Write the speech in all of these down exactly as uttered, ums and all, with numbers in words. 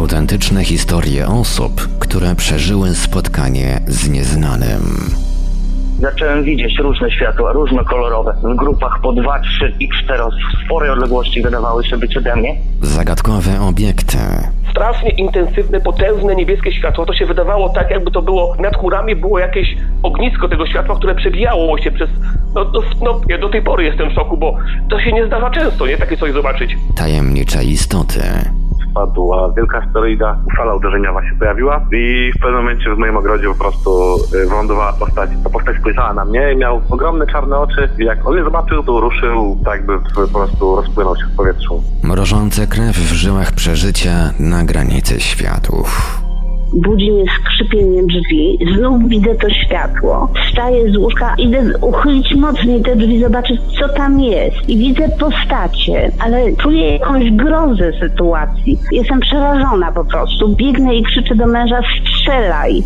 Autentyczne historie osób, które przeżyły spotkanie z nieznanym. Zacząłem widzieć różne światła, różnokolorowe, w grupach po dwa, trzy i cztery w sporej odległości wydawały się być ode mnie. Zagadkowe obiekty. Strasznie intensywne, potężne niebieskie światło. To się wydawało tak, jakby to było, nad chmurami było jakieś ognisko tego światła, które przebijało się przez... No, no, no ja do tej pory jestem w szoku, bo to się nie zdarza często, nie? Takie coś zobaczyć. Tajemnicze istoty. Wpadła wielka asteroida, fala uderzeniowa się pojawiła i w pewnym momencie w moim ogrodzie po prostu wylądowała postać. Ta postać spojrzała na mnie i miał ogromne czarne oczy i jak on mnie zobaczył, to ruszył, tak by po prostu rozpłynął się w powietrzu. Mrożące krew w żyłach przeżycia na granicy światów. Budzi mnie skrzypienie drzwi, znów widzę to światło. Wstaję z łóżka, idę uchylić mocniej te drzwi, zobaczyć co tam jest. I widzę postacie, ale czuję jakąś grozę sytuacji. Jestem przerażona po prostu. Biegnę i krzyczę do męża: strzelaj!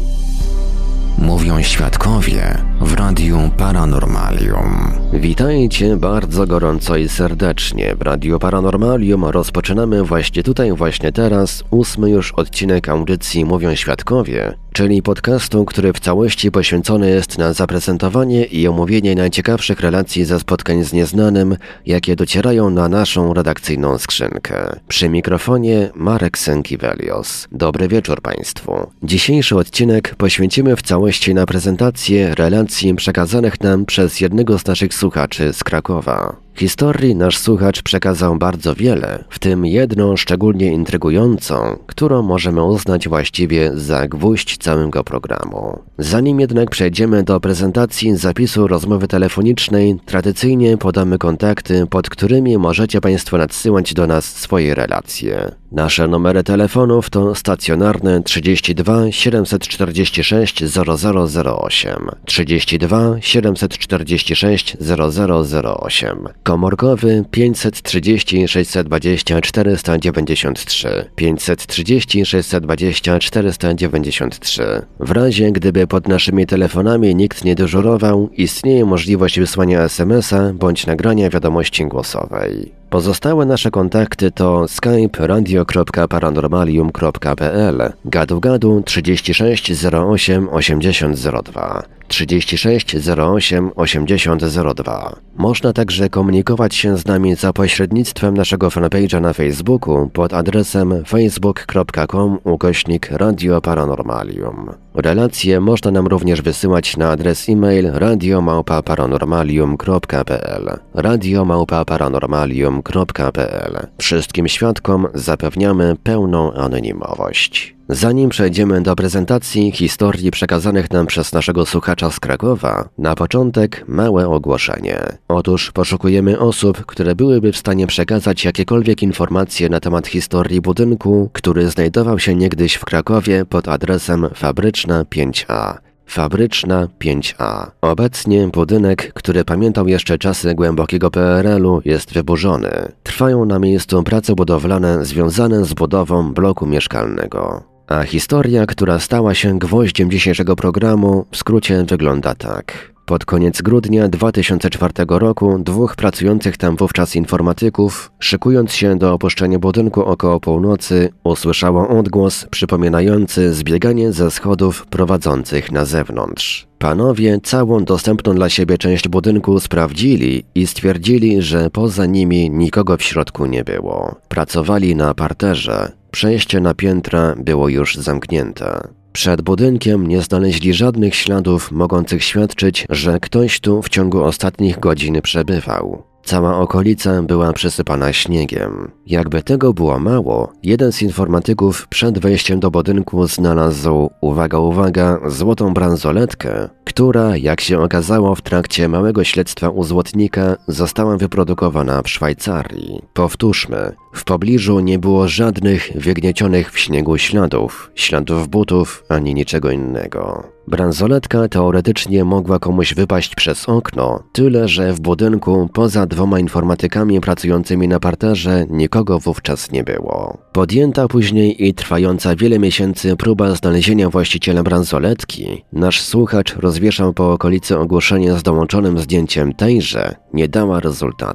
Mówią świadkowie w Radiu Paranormalium. Witajcie bardzo gorąco i serdecznie. W Radiu Paranormalium rozpoczynamy właśnie tutaj, właśnie teraz, ósmy już odcinek audycji Mówią Świadkowie, czyli podcastu, który w całości poświęcony jest na zaprezentowanie i omówienie najciekawszych relacji ze spotkań z nieznanym, jakie docierają na naszą redakcyjną skrzynkę. Przy mikrofonie Marek Sękiewelios. Dobry wieczór Państwu. Dzisiejszy odcinek poświęcimy w całości na prezentację relacji przekazanych nam przez jednego z naszych słuchaczy z Krakowa. Historii nasz słuchacz przekazał bardzo wiele, w tym jedną szczególnie intrygującą, którą możemy uznać właściwie za gwóźdź całego programu. Zanim jednak przejdziemy do prezentacji zapisu rozmowy telefonicznej, tradycyjnie podamy kontakty, pod którymi możecie Państwo nadsyłać do nas swoje relacje. Nasze numery telefonów to stacjonarne trzydzieści dwa siedemset czterdzieści sześć zero zero zero osiem, trzydzieści dwa siedemset czterdzieści sześć zero zero zero osiem, komórkowy pięćset trzydzieści sześćset dwadzieścia czterysta dziewięćdziesiąt trzy, pięćset trzydzieści sześćset dwadzieścia czterysta dziewięćdziesiąt trzy. W razie gdyby pod naszymi telefonami nikt nie dyżurował, istnieje możliwość wysłania es em es a bądź nagrania wiadomości głosowej. Pozostałe nasze kontakty to skype radio kropka paranormalium kropka p l, gadu gadu trzydzieści sześć zero osiem osiemdziesiąt zero dwa, trzydzieści sześć zero osiem osiemdziesiąt zero dwa. Można także komunikować się z nami za pośrednictwem naszego fanpage'a na Facebooku pod adresem facebook kropka com ukośnik Radio Paranormalium. Relacje można nam również wysyłać na adres e-mail radio małpa paranormalium kropka p l, radio małpa paranormalium kropka p l. Wszystkim świadkom zapewniamy pełną anonimowość. Zanim przejdziemy do prezentacji historii przekazanych nam przez naszego słuchacza z Krakowa, na początek małe ogłoszenie. Otóż poszukujemy osób, które byłyby w stanie przekazać jakiekolwiek informacje na temat historii budynku, który znajdował się niegdyś w Krakowie pod adresem Fabryczna pięć a. Fabryczna pięć a. Obecnie budynek, który pamiętał jeszcze czasy głębokiego P R L u, jest wyburzony. Trwają na miejscu prace budowlane związane z budową bloku mieszkalnego. A historia, która stała się gwoździem dzisiejszego programu, w skrócie wygląda tak. Pod koniec grudnia dwa tysiące czwartego roku dwóch pracujących tam wówczas informatyków, szykując się do opuszczenia budynku około północy, usłyszało odgłos przypominający zbieganie ze schodów prowadzących na zewnątrz. Panowie całą dostępną dla siebie część budynku sprawdzili i stwierdzili, że poza nimi nikogo w środku nie było. Pracowali na parterze. Przejście na piętra było już zamknięte. Przed budynkiem nie znaleźli żadnych śladów mogących świadczyć, że ktoś tu w ciągu ostatnich godzin przebywał. Cała okolica była przysypana śniegiem. Jakby tego było mało, jeden z informatyków przed wejściem do budynku znalazł, uwaga, uwaga, złotą bransoletkę, która, jak się okazało w trakcie małego śledztwa u złotnika, została wyprodukowana w Szwajcarii. Powtórzmy, w pobliżu nie było żadnych wygniecionych w śniegu śladów, śladów butów ani niczego innego. Bransoletka teoretycznie mogła komuś wypaść przez okno, tyle że w budynku poza dwoma informatykami pracującymi na parterze nikogo wówczas nie było. Podjęta później i trwająca wiele miesięcy próba znalezienia właściciela bransoletki, nasz słuchacz rozwieszał po okolicy ogłoszenie z dołączonym zdjęciem tejże, nie dała rezultatu.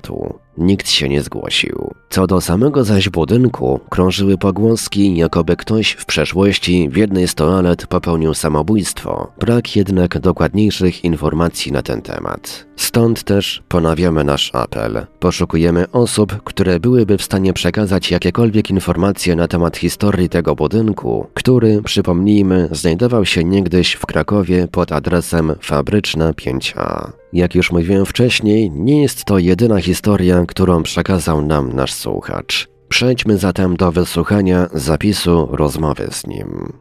Nikt się nie zgłosił. Co do samego zaś budynku, krążyły pogłoski, jakoby ktoś w przeszłości w jednej z toalet popełnił samobójstwo. Brak jednak dokładniejszych informacji na ten temat. Stąd też ponawiamy nasz apel. Poszukujemy osób, które byłyby w stanie przekazać jakiekolwiek informacje na temat historii tego budynku, który, przypomnijmy, znajdował się niegdyś w Krakowie pod adresem Fabryczna pięć A. Jak już mówiłem wcześniej, nie jest to jedyna historia, którą przekazał nam nasz słuchacz. Przejdźmy zatem do wysłuchania zapisu rozmowy z nim.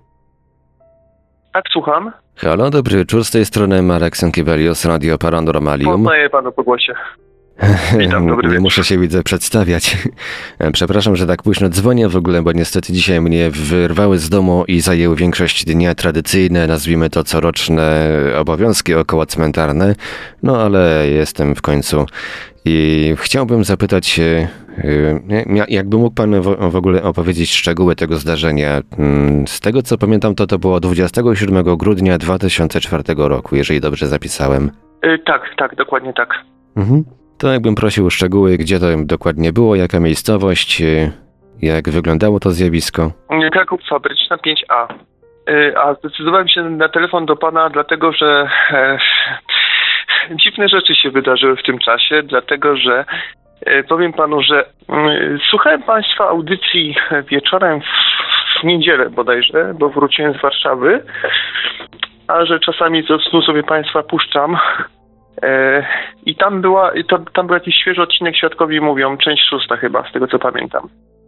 Tak, słucham. Halo, dobry wieczór, z tej strony Marek Sękiewelios, Radio Paranormalium. Poznaję panu po głosie. Witam, dobry Nie wieczór. muszę się, widzę, przedstawiać. Przepraszam, że tak późno dzwonię w ogóle, bo niestety dzisiaj mnie wyrwały z domu i zajęły większość dnia tradycyjne, nazwijmy to coroczne obowiązki okołocmentarne, no ale jestem w końcu i chciałbym zapytać się, jakby mógł pan w ogóle opowiedzieć szczegóły tego zdarzenia. Z tego co pamiętam, to to było dwudziestego siódmego grudnia dwa tysiące czwartego roku, jeżeli dobrze zapisałem. Yy, tak, tak, dokładnie tak. Mhm. To jakbym prosił o szczegóły, gdzie to dokładnie było, jaka miejscowość, jak wyglądało to zjawisko. Kraków Fabryczna pięć A. Yy, a zdecydowałem się na telefon do pana, dlatego że e, dziwne rzeczy się wydarzyły w tym czasie, dlatego że e, powiem panu, że e, słuchałem państwa audycji wieczorem w, w niedzielę bodajże, bo wróciłem z Warszawy, a że czasami ze snu sobie państwa puszczam. I tam była, to, tam był jakiś świeży odcinek Świadkowie Mówią, część szósta chyba, z tego co pamiętam.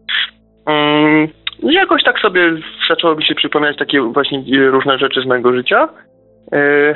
Um, jakoś tak sobie zaczęło mi się przypominać takie właśnie różne rzeczy z mojego życia. E,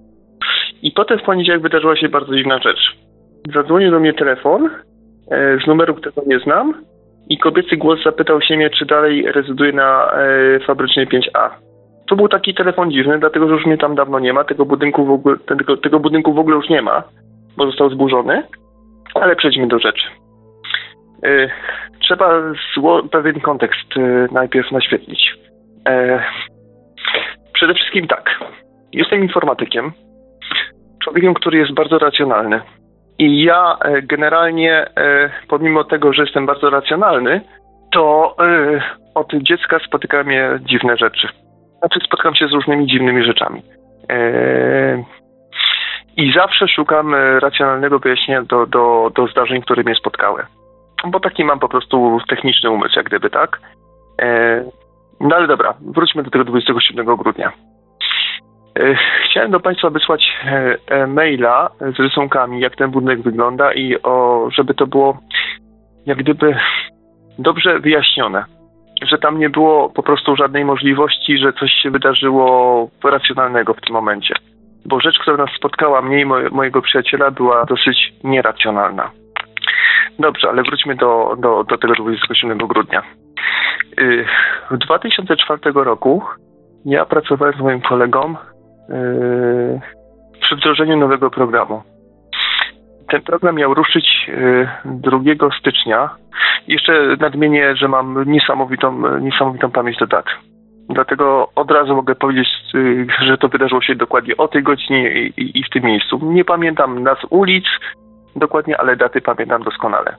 I potem w poniedziałek wydarzyła się bardzo dziwna rzecz. Zadzwonił do mnie telefon e, z numeru, którego nie znam i kobiecy głos zapytał się mnie, czy dalej rezyduję na e, Fabrycznej pięć A. To był taki telefon dziwny, dlatego że już mnie tam dawno nie ma, tego budynku w ogóle, tego, tego budynku w ogóle już nie ma, bo został zburzony, ale przejdźmy do rzeczy. Yy, trzeba zło, pewien kontekst yy, najpierw naświetlić. Yy, przede wszystkim tak, jestem informatykiem, człowiekiem, który jest bardzo racjonalny i ja yy, generalnie, yy, pomimo tego, że jestem bardzo racjonalny, to yy, od dziecka spotykają mnie dziwne rzeczy. Znaczy spotkam się z różnymi dziwnymi rzeczami. Eee, I zawsze szukam racjonalnego wyjaśnienia do, do, do zdarzeń, które mnie spotkały. Bo taki mam po prostu techniczny umysł, jak gdyby, tak? Eee, no ale dobra, wróćmy do tego dwudziestego siódmego grudnia. Eee, chciałem do państwa wysłać e, maila z rysunkami, jak ten budynek wygląda i o, żeby to było jak gdyby dobrze wyjaśnione. Że tam nie było po prostu żadnej możliwości, że coś się wydarzyło racjonalnego w tym momencie. Bo rzecz, która nas spotkała, mnie i moje, mojego przyjaciela, była dosyć nieracjonalna. Dobrze, ale wróćmy do, do, do tego dwudziestego siódmego grudnia. Yy, w dwa tysiące czwartego roku ja pracowałem z moim kolegą yy, przy wdrożeniu nowego programu. Ten program miał ruszyć yy, drugiego stycznia. Jeszcze nadmienię, że mam niesamowitą, niesamowitą pamięć do dat. Dlatego od razu mogę powiedzieć, że to wydarzyło się dokładnie o tej godzinie i, i w tym miejscu. Nie pamiętam nazw ulic dokładnie, ale daty pamiętam doskonale.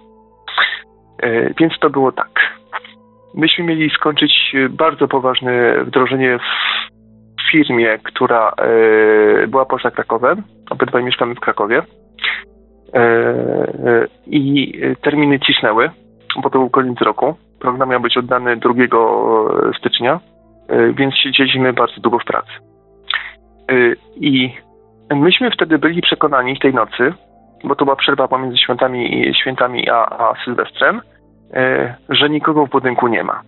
E, więc to było tak. Myśmy mieli skończyć bardzo poważne wdrożenie w firmie, która e, była poza Krakowem. Obydwaj mieszkamy w Krakowie. E, e, I terminy cisnęły, bo to był koniec roku. Program miał być oddany drugiego stycznia, więc siedzieliśmy bardzo długo w pracy. I myśmy wtedy byli przekonani tej nocy, bo to była przerwa pomiędzy świętami, świętami a, a Sylwestrem, że nikogo w budynku nie ma.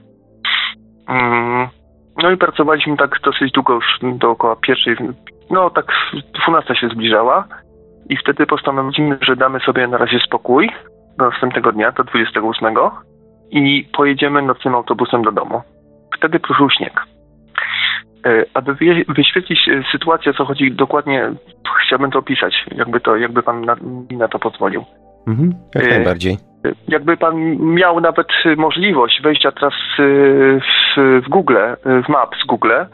No i pracowaliśmy tak dosyć długo, już do około pierwszej, no tak dwunasta się zbliżała i wtedy postanowiliśmy, że damy sobie na razie spokój do następnego dnia, do dwudziestego ósmego i pojedziemy nocnym autobusem do domu. Wtedy pruszył śnieg. Aby wyświetlić sytuację, o co chodzi dokładnie, chciałbym to opisać, jakby to, jakby pan na, na to pozwolił. Mhm, jak najbardziej. Jakby pan miał nawet możliwość wejścia teraz w, w Google, w Maps Google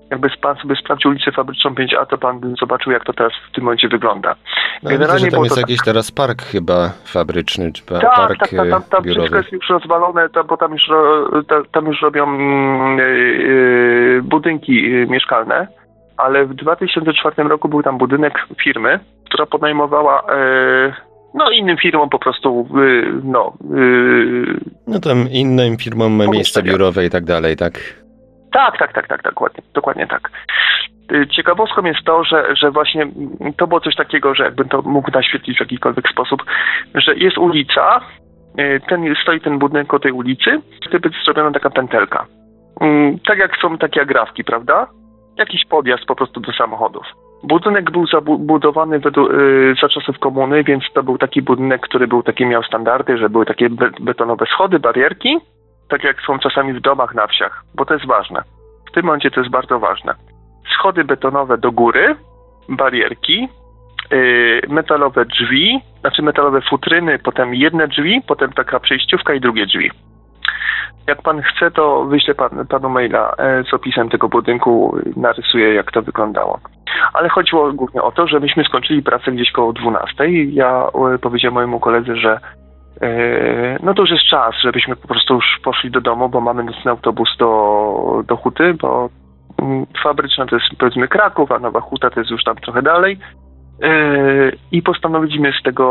jakby pan sobie sprawdził ulicę Fabryczną pięć A, to pan by zobaczył, jak to teraz w tym momencie wygląda. No, widzę, że tam jest jakiś tak... teraz park chyba fabryczny, czy pa, tak, park tak, tak, tam, tam wszystko jest już rozwalone, tam, bo tam już, tam, tam już robią yy, yy, budynki yy, mieszkalne, ale w dwa tysiące czwartym roku był tam budynek firmy, która podnajmowała yy, no innym firmom po prostu, yy, no... Yy, no tam innym firmom miejsca biurowe i tak dalej, tak? Tak, tak, tak, tak, dokładnie, dokładnie tak. Ciekawostką jest to, że, że właśnie to było coś takiego, że jakbym to mógł naświetlić w jakikolwiek sposób, że jest ulica, ten, stoi ten budynek o tej ulicy, gdyby zrobiona taka pętelka. Tak jak są takie agrafki, prawda? Jakiś podjazd po prostu do samochodów. Budynek był zabudowany według, yy, za czasów komuny, więc to był taki budynek, który był taki, miał standardy, że były takie be- betonowe schody, barierki, tak jak są czasami w domach na wsiach, bo to jest ważne. W tym momencie to jest bardzo ważne. Schody betonowe do góry, barierki, yy, metalowe drzwi, znaczy metalowe futryny, potem jedne drzwi, potem taka przejściówka i drugie drzwi. Jak pan chce, to wyślę pan, panu maila e, z opisem tego budynku, narysuję, jak to wyglądało. Ale chodziło głównie o to, że myśmy skończyli pracę gdzieś koło dwunastej. Ja e, powiedziałem mojemu koledze, że e, no to już jest czas, żebyśmy po prostu już poszli do domu, bo mamy nocny autobus do, do Huty, bo m, fabryczna to jest powiedzmy Kraków, a Nowa Huta to jest już tam trochę dalej. E, I postanowiliśmy z tego,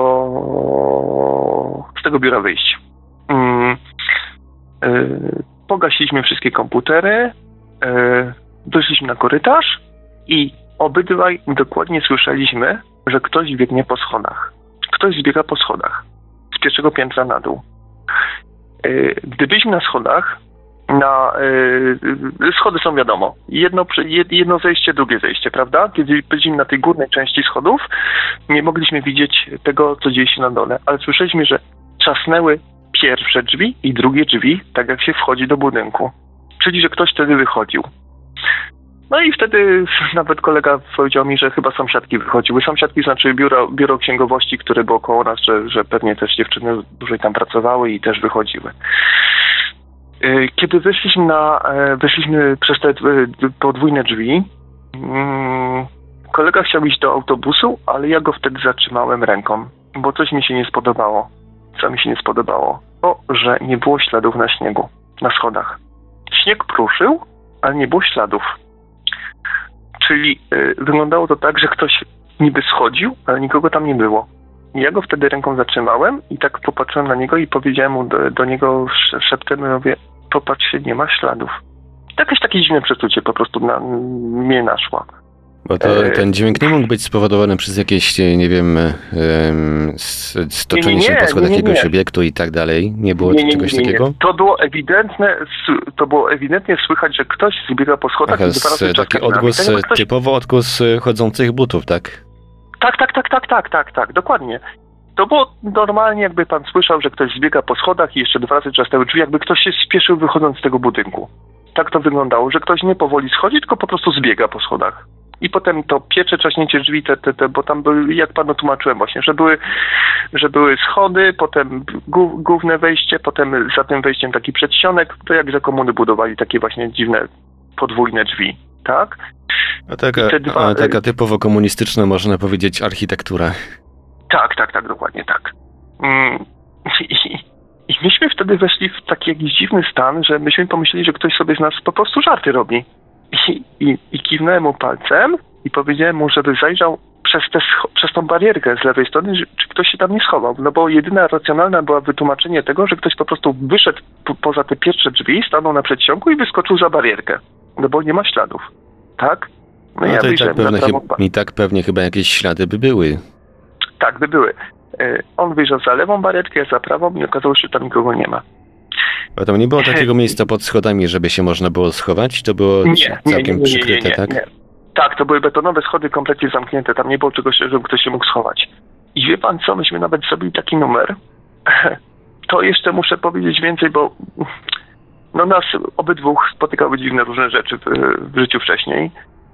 z tego biura wyjść. Mm. Pogasiliśmy wszystkie komputery, doszliśmy na korytarz i obydwaj dokładnie słyszeliśmy, że ktoś biegnie po schodach. Ktoś zbiega po schodach z pierwszego piętra na dół. Gdy byliśmy na schodach, na schody są wiadomo, jedno, jedno zejście, drugie zejście, prawda? Kiedy byliśmy na tej górnej części schodów, nie mogliśmy widzieć tego, co dzieje się na dole, ale słyszeliśmy, że trzasnęły pierwsze drzwi i drugie drzwi, tak jak się wchodzi do budynku. Czyli, że ktoś wtedy wychodził. No i wtedy nawet kolega powiedział mi, że chyba sąsiadki wychodziły. Sąsiadki znaczy biuro, biuro księgowości, które było koło nas, że, że pewnie też dziewczyny dłużej tam pracowały i też wychodziły. Kiedy wyszliśmy na, wyszliśmy przez te podwójne drzwi, kolega chciał iść do autobusu, ale ja go wtedy zatrzymałem ręką, bo coś mi się nie spodobało. Co mi się nie spodobało? To, że nie było śladów na śniegu, na schodach. Śnieg pruszył, ale nie było śladów. Czyli y, wyglądało to tak, że ktoś niby schodził, ale nikogo tam nie było. I ja go wtedy ręką zatrzymałem i tak popatrzyłem na niego i powiedziałem mu do, do niego szeptem, mówię, popatrz się, nie ma śladów. Jakieś takie dziwne przeczucie po prostu na, mnie naszło. Bo to, ten dźwięk nie mógł być spowodowany przez jakieś, nie wiem, stoczenie się po schodach jakiegoś obiektu i tak dalej? Nie było nie, nie, czegoś nie, nie, nie. takiego? To było ewidentne, to było ewidentnie słychać, że ktoś zbiega po schodach. Aha, i dwa razy taki odgłos, nami. Ktoś... typowo odgłos chodzących butów, tak? Tak, tak, tak, tak, tak, tak, tak, dokładnie. To było normalnie, jakby pan słyszał, że ktoś zbiega po schodach i jeszcze dwa razy trzasnęły drzwi, jakby ktoś się spieszył wychodząc z tego budynku. Tak to wyglądało, że ktoś nie powoli schodzi, tylko po prostu zbiega po schodach. I potem to piecze, trzaśnięcie drzwi, te, te, te, bo tam były, jak panu tłumaczyłem właśnie, że były, że były schody, potem gó- główne wejście, potem za tym wejściem taki przedsionek, to jak za komuny budowali takie właśnie dziwne podwójne drzwi, tak? A taka, dwa... a taka typowo komunistyczna, można powiedzieć, architektura. Tak, tak, tak, dokładnie tak. Mm. I, I myśmy wtedy weszli w taki jakiś dziwny stan, że myśmy pomyśleli, że ktoś sobie z nas po prostu żarty robi. I, i, i kiwnąłem mu palcem i powiedziałem mu, żeby zajrzał przez, te, przez tą barierkę z lewej strony, że, czy ktoś się tam nie schował. No bo jedyna racjonalna była wytłumaczenie tego, że ktoś po prostu wyszedł po, poza te pierwsze drzwi, stanął na przedsionku i wyskoczył za barierkę. No bo nie ma śladów. Tak? No, no ja to i tak, pewne, prawo... chyba, i tak pewnie chyba jakieś ślady by były. Tak, by były. On wyjrzał za lewą barierkę, ja za prawą i okazało się, że tam nikogo nie ma. Bo tam nie było takiego miejsca pod schodami, żeby się można było schować? To było nie, całkiem nie, nie, nie, przykryte, nie, nie, tak? Nie. Tak, to były betonowe schody kompletnie zamknięte. Tam nie było czegoś, żeby ktoś się mógł schować. I wie pan co? Myśmy nawet zrobili taki numer. To jeszcze muszę powiedzieć więcej, bo no nas obydwu spotykały dziwne różne rzeczy w, w życiu wcześniej.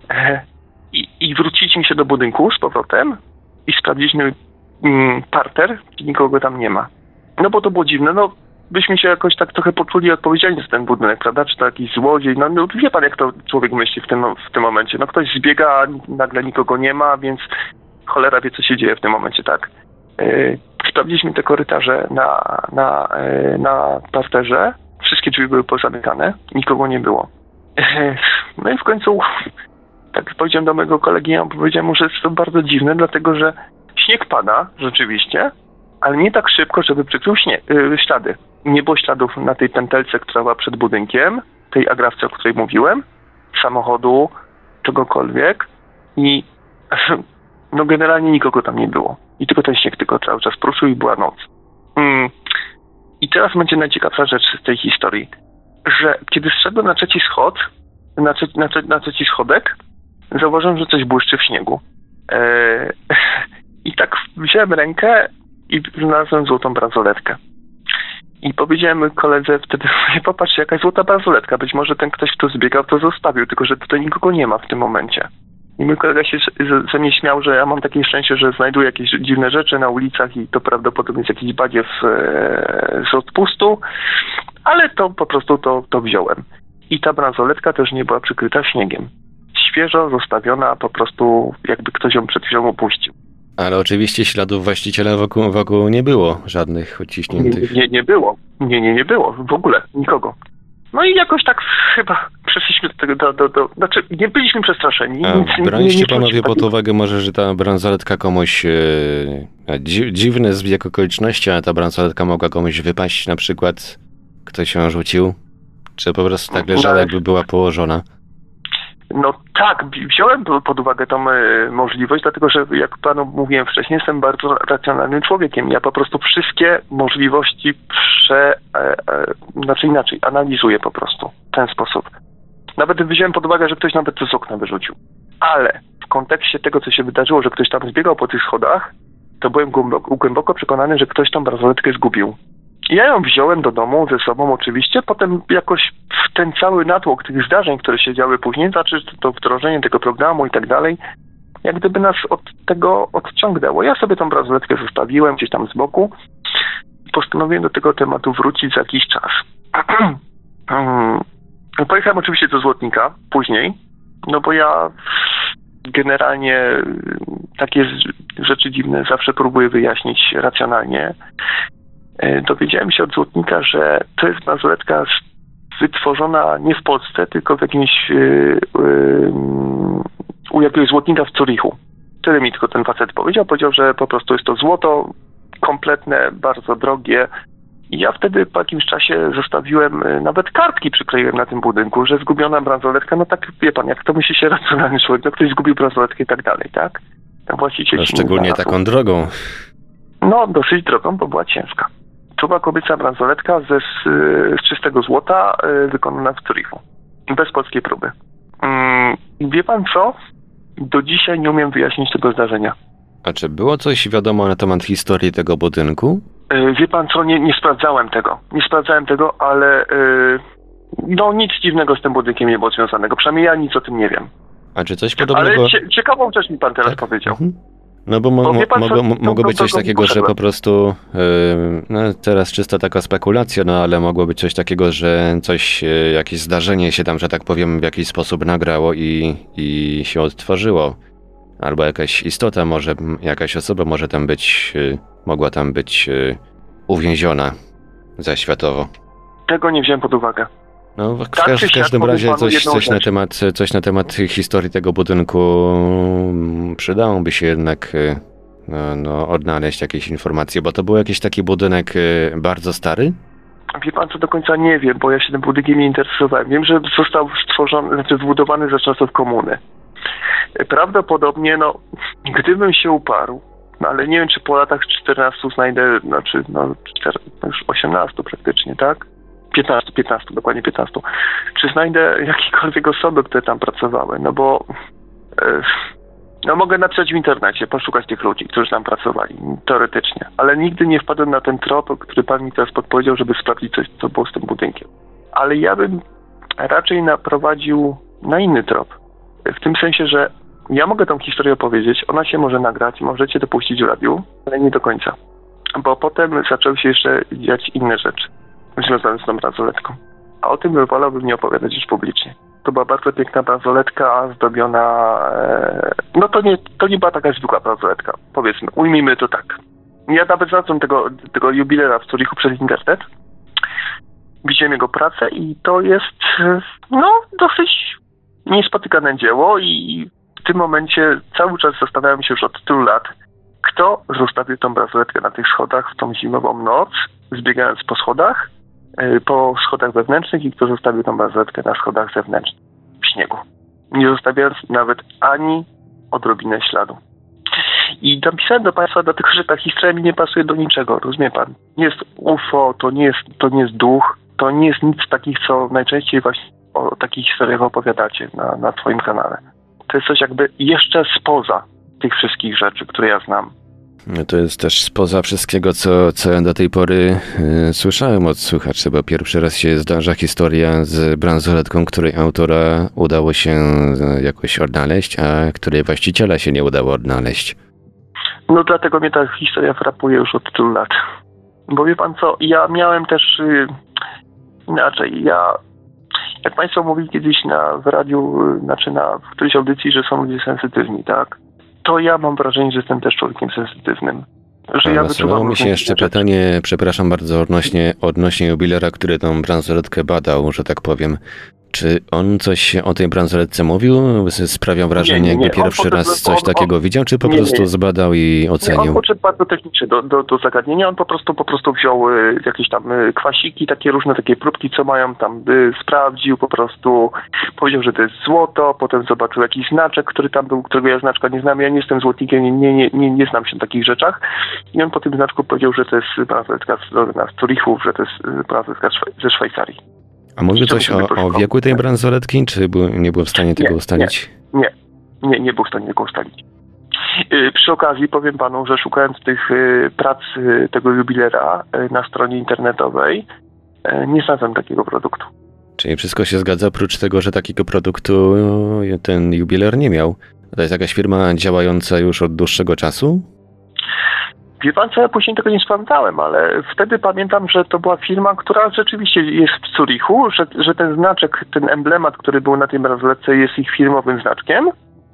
I, I wróciliśmy się do budynku z powrotem i sprawdziliśmy mm, parter i nikogo tam nie ma. No bo to było dziwne. No byśmy się jakoś tak trochę poczuli odpowiedzialni za ten budynek, prawda? Czy to jakiś złodziej? No, no wie pan, jak to człowiek myśli w tym, w tym momencie. No ktoś zbiega, nagle nikogo nie ma, więc cholera wie, co się dzieje w tym momencie, tak? Yy, sprawdziliśmy te korytarze na, na, yy, na parterze. Wszystkie drzwi były pozamykane, nikogo nie było. Yy, no i w końcu tak powiedziałem do mojego kolegi, ja powiedziałem mu, że jest to bardzo dziwne, dlatego że śnieg pada rzeczywiście, ale nie tak szybko, żeby przykrył śnieg, yy, ślady. Nie było śladów na tej pętelce, która była przed budynkiem, tej agrafce, o której mówiłem, samochodu, czegokolwiek i no generalnie nikogo tam nie było. I tylko ten śnieg tylko cały czas pruszył i była noc. Mm. I teraz będzie najciekawsza rzecz z tej historii, że kiedy zszedłem na trzeci schod, na, trze- na, trze- na trzeci schodek, zauważyłem, że coś błyszczy w śniegu. Eee, I tak wziąłem rękę i znalazłem złotą bransoletkę. I powiedziałem koledze wtedy, popatrz, jakaś złota bransoletka, być może ten ktoś, kto zbiegał, to zostawił, tylko że tutaj nikogo nie ma w tym momencie. I mój kolega się ze mnie śmiał, że ja mam takie szczęście, że znajduję jakieś dziwne rzeczy na ulicach i to prawdopodobnie jest jakiś badziew e, z odpustu, ale to po prostu to, to wziąłem. I ta bransoletka też nie była przykryta śniegiem. Świeżo zostawiona, po prostu jakby ktoś ją przed chwilą opuścił. Ale oczywiście śladów właściciela wokół, wokół nie było, żadnych odciśniętych. Nie, nie, nie było. Nie, nie, nie było. W ogóle. Nikogo. No i jakoś tak chyba przeszliśmy do tego, do, do, do, znaczy nie byliśmy przestraszeni. A nic, braliście nie, nie panowie pod uwagę może, że ta bransoletka komuś, e, dzi, dziwny zbieg okoliczności, ale ta bransoletka mogła komuś wypaść, na przykład ktoś ją rzucił? Czy po prostu tak leżała, jakby była położona? No tak, wziąłem pod uwagę tą e, możliwość, dlatego że jak panu mówiłem wcześniej, jestem bardzo racjonalnym człowiekiem. Ja po prostu wszystkie możliwości prze... E, e, znaczy inaczej, analizuję po prostu w ten sposób. Nawet wziąłem pod uwagę, że ktoś nawet to z okna wyrzucił. Ale w kontekście tego, co się wydarzyło, że ktoś tam zbiegał po tych schodach, to byłem głęboko, głęboko przekonany, że ktoś tą bransoletkę zgubił. Ja ją wziąłem do domu ze sobą oczywiście, potem jakoś w ten cały natłok tych zdarzeń, które się działy później, znaczy to wdrożenie tego programu i tak dalej, jak gdyby nas od tego odciągnęło. Ja sobie tą bransoletkę zostawiłem gdzieś tam z boku i postanowiłem do tego tematu wrócić za jakiś czas. Pojechałem oczywiście do Złotnika później, no bo ja generalnie takie rzeczy dziwne zawsze próbuję wyjaśnić racjonalnie. Dowiedziałem się od Złotnika, że to jest bransoletka wytworzona nie w Polsce, tylko w jakimś yy, yy, u jakiegoś złotnika w Zurichu. Tyle mi tylko ten facet powiedział. Powiedział, że po prostu jest to złoto kompletne, bardzo drogie. I ja wtedy po jakimś czasie zostawiłem, nawet kartki przykleiłem na tym budynku, że zgubiona bransoletka, no tak wie pan, jak to myśli się racjonalny człowiek, no ktoś zgubił bransoletkę i tak dalej, tak? Tam właściciel no, szczególnie taką drogą. No, dosyć drogą, bo była ciężka. To była kobieca bransoletka ze, z, z czystego złota, y, wykonana w Zurichu. Bez polskiej próby. Mm, wie pan co? Do dzisiaj nie umiem wyjaśnić tego zdarzenia. A czy było coś wiadomo na temat historii tego budynku? Y, wie pan co? Nie, nie sprawdzałem tego. Nie sprawdzałem tego, ale y, no nic dziwnego z tym budynkiem nie było związanego. Przynajmniej ja nic o tym nie wiem. A czy coś podobnego... Ale cie, ciekawą rzecz mi pan teraz tak? powiedział. Mhm. No bo, mo, bo mo, pan, mogło, co, mogło być coś takiego, poszedłem. że po prostu, yy, no teraz czysta taka spekulacja, no ale mogło być coś takiego, że coś, yy, jakieś zdarzenie się tam, że tak powiem, w jakiś sposób nagrało i, i się odtworzyło. Albo jakaś istota może, jakaś osoba może tam być, yy, mogła tam być yy, uwięziona zaświatowo. Tego nie wziąłem pod uwagę. No w, tak, w każdym razie coś, coś, na temat, coś na temat historii tego budynku przydałoby się jednak no, no, odnaleźć jakieś informacje, bo to był jakiś taki budynek bardzo stary? Wie pan co, do końca nie wiem, bo ja się tym budynkiem nie interesowałem. Wiem, że został stworzony, znaczy zbudowany za czasów komuny. Prawdopodobnie, no, gdybym się uparł, no ale nie wiem, czy po latach czternastu znajdę, znaczy, no, już osiemnastu praktycznie, tak? piętnastu, piętnastu, dokładnie piętnastu. Czy znajdę jakiekolwiek osoby, które tam pracowały? No bo e, no mogę napisać w internecie, poszukać tych ludzi, którzy tam pracowali, teoretycznie. Ale nigdy nie wpadłem na ten trop, który pan mi teraz podpowiedział, żeby sprawdzić coś, co było z tym budynkiem. Ale ja bym raczej naprowadził na inny trop. W tym sensie, że ja mogę tą historię opowiedzieć, ona się może nagrać, możecie to puścić w radiu, ale nie do końca. Bo potem zaczęły się jeszcze dziać inne rzeczy. związany z tą bransoletką. A o tym wolałbym nie opowiadać już publicznie. To była bardzo piękna bransoletka zdobiona... E, no to nie, to nie była taka zwykła bransoletka, powiedzmy. Ujmijmy to tak. Ja nawet znalazłem tego, tego jubilera w Zurichu przez internet. Widziałem jego pracę i to jest no dosyć niespotykane dzieło i w tym momencie cały czas zastanawiam się już od tylu lat, kto zostawił tą bransoletkę na tych schodach w tą zimową noc, zbiegając po schodach, po schodach wewnętrznych i kto zostawił tą bransoletkę na schodach zewnętrznych w śniegu, nie zostawiając nawet ani odrobinę śladu. I napisałem do Państwa, dlatego że ta historia mi nie pasuje do niczego, rozumie Pan? Nie jest U F O, to nie jest, to nie jest duch, to nie jest nic takich, co najczęściej właśnie o takich historiach opowiadacie na, na swoim kanale. To jest coś jakby jeszcze spoza tych wszystkich rzeczy, które ja znam. No to jest też spoza wszystkiego, co, co ja do tej pory y, słyszałem od słuchaczy, bo pierwszy raz się zdarza historia z bransoletką, której autora udało się y, jakoś odnaleźć, a której właściciela się nie udało odnaleźć. No dlatego mnie ta historia frapuje już od tylu lat. Bo wie Pan co, ja miałem też y, inaczej, ja jak Państwo mówili kiedyś na, w radiu, y, znaczy na w którejś audycji, że są ludzie sensytywni, tak? To ja mam wrażenie, że jestem też człowiekiem sensytywnym. Że ja Nasuwało mi się jeszcze rzeczy. pytanie, przepraszam bardzo, odnośnie, odnośnie jubilera, który tą bransoletkę badał, że tak powiem. Czy on coś o tej bransoletce mówił? Sprawiał wrażenie, nie, nie, nie. jakby pierwszy raz coś on, takiego on, widział, czy po nie, prostu nie. zbadał i ocenił? Nie, on podszedł bardzo technicznie do, do, do zagadnienia. On po prostu po prostu wziął y, jakieś tam y, kwasiki, takie różne takie próbki, co mają tam, y, sprawdził po prostu, powiedział, że to jest złoto, potem zobaczył jakiś znaczek, który tam był, którego ja znaczka nie znam. Ja nie jestem złotnikiem, nie, nie, nie, nie znam się na takich rzeczach. I on po tym znaczku powiedział, że to jest bransoletka z Zurichu, że to jest bransoletka ze Szwajcarii. A mówił coś o, o wieku tej bransoletki, czy był, nie był w stanie tego nie, ustalić? Nie, nie, nie, nie był w stanie tego ustalić. Yy, przy okazji powiem Panu, że szukając tych yy, prac yy, tego jubilera yy, na stronie internetowej, yy, nie znalazłem takiego produktu. Czyli wszystko się zgadza, oprócz tego, że takiego produktu yy, ten jubiler nie miał. To jest jakaś firma działająca już od dłuższego czasu? Wie Pan co, ja później tego nie sprawdzałem, ale wtedy pamiętam, że to była firma, która rzeczywiście jest w Zurichu, że, że ten znaczek, ten emblemat, który był na tej bransoletce jest ich firmowym znaczkiem.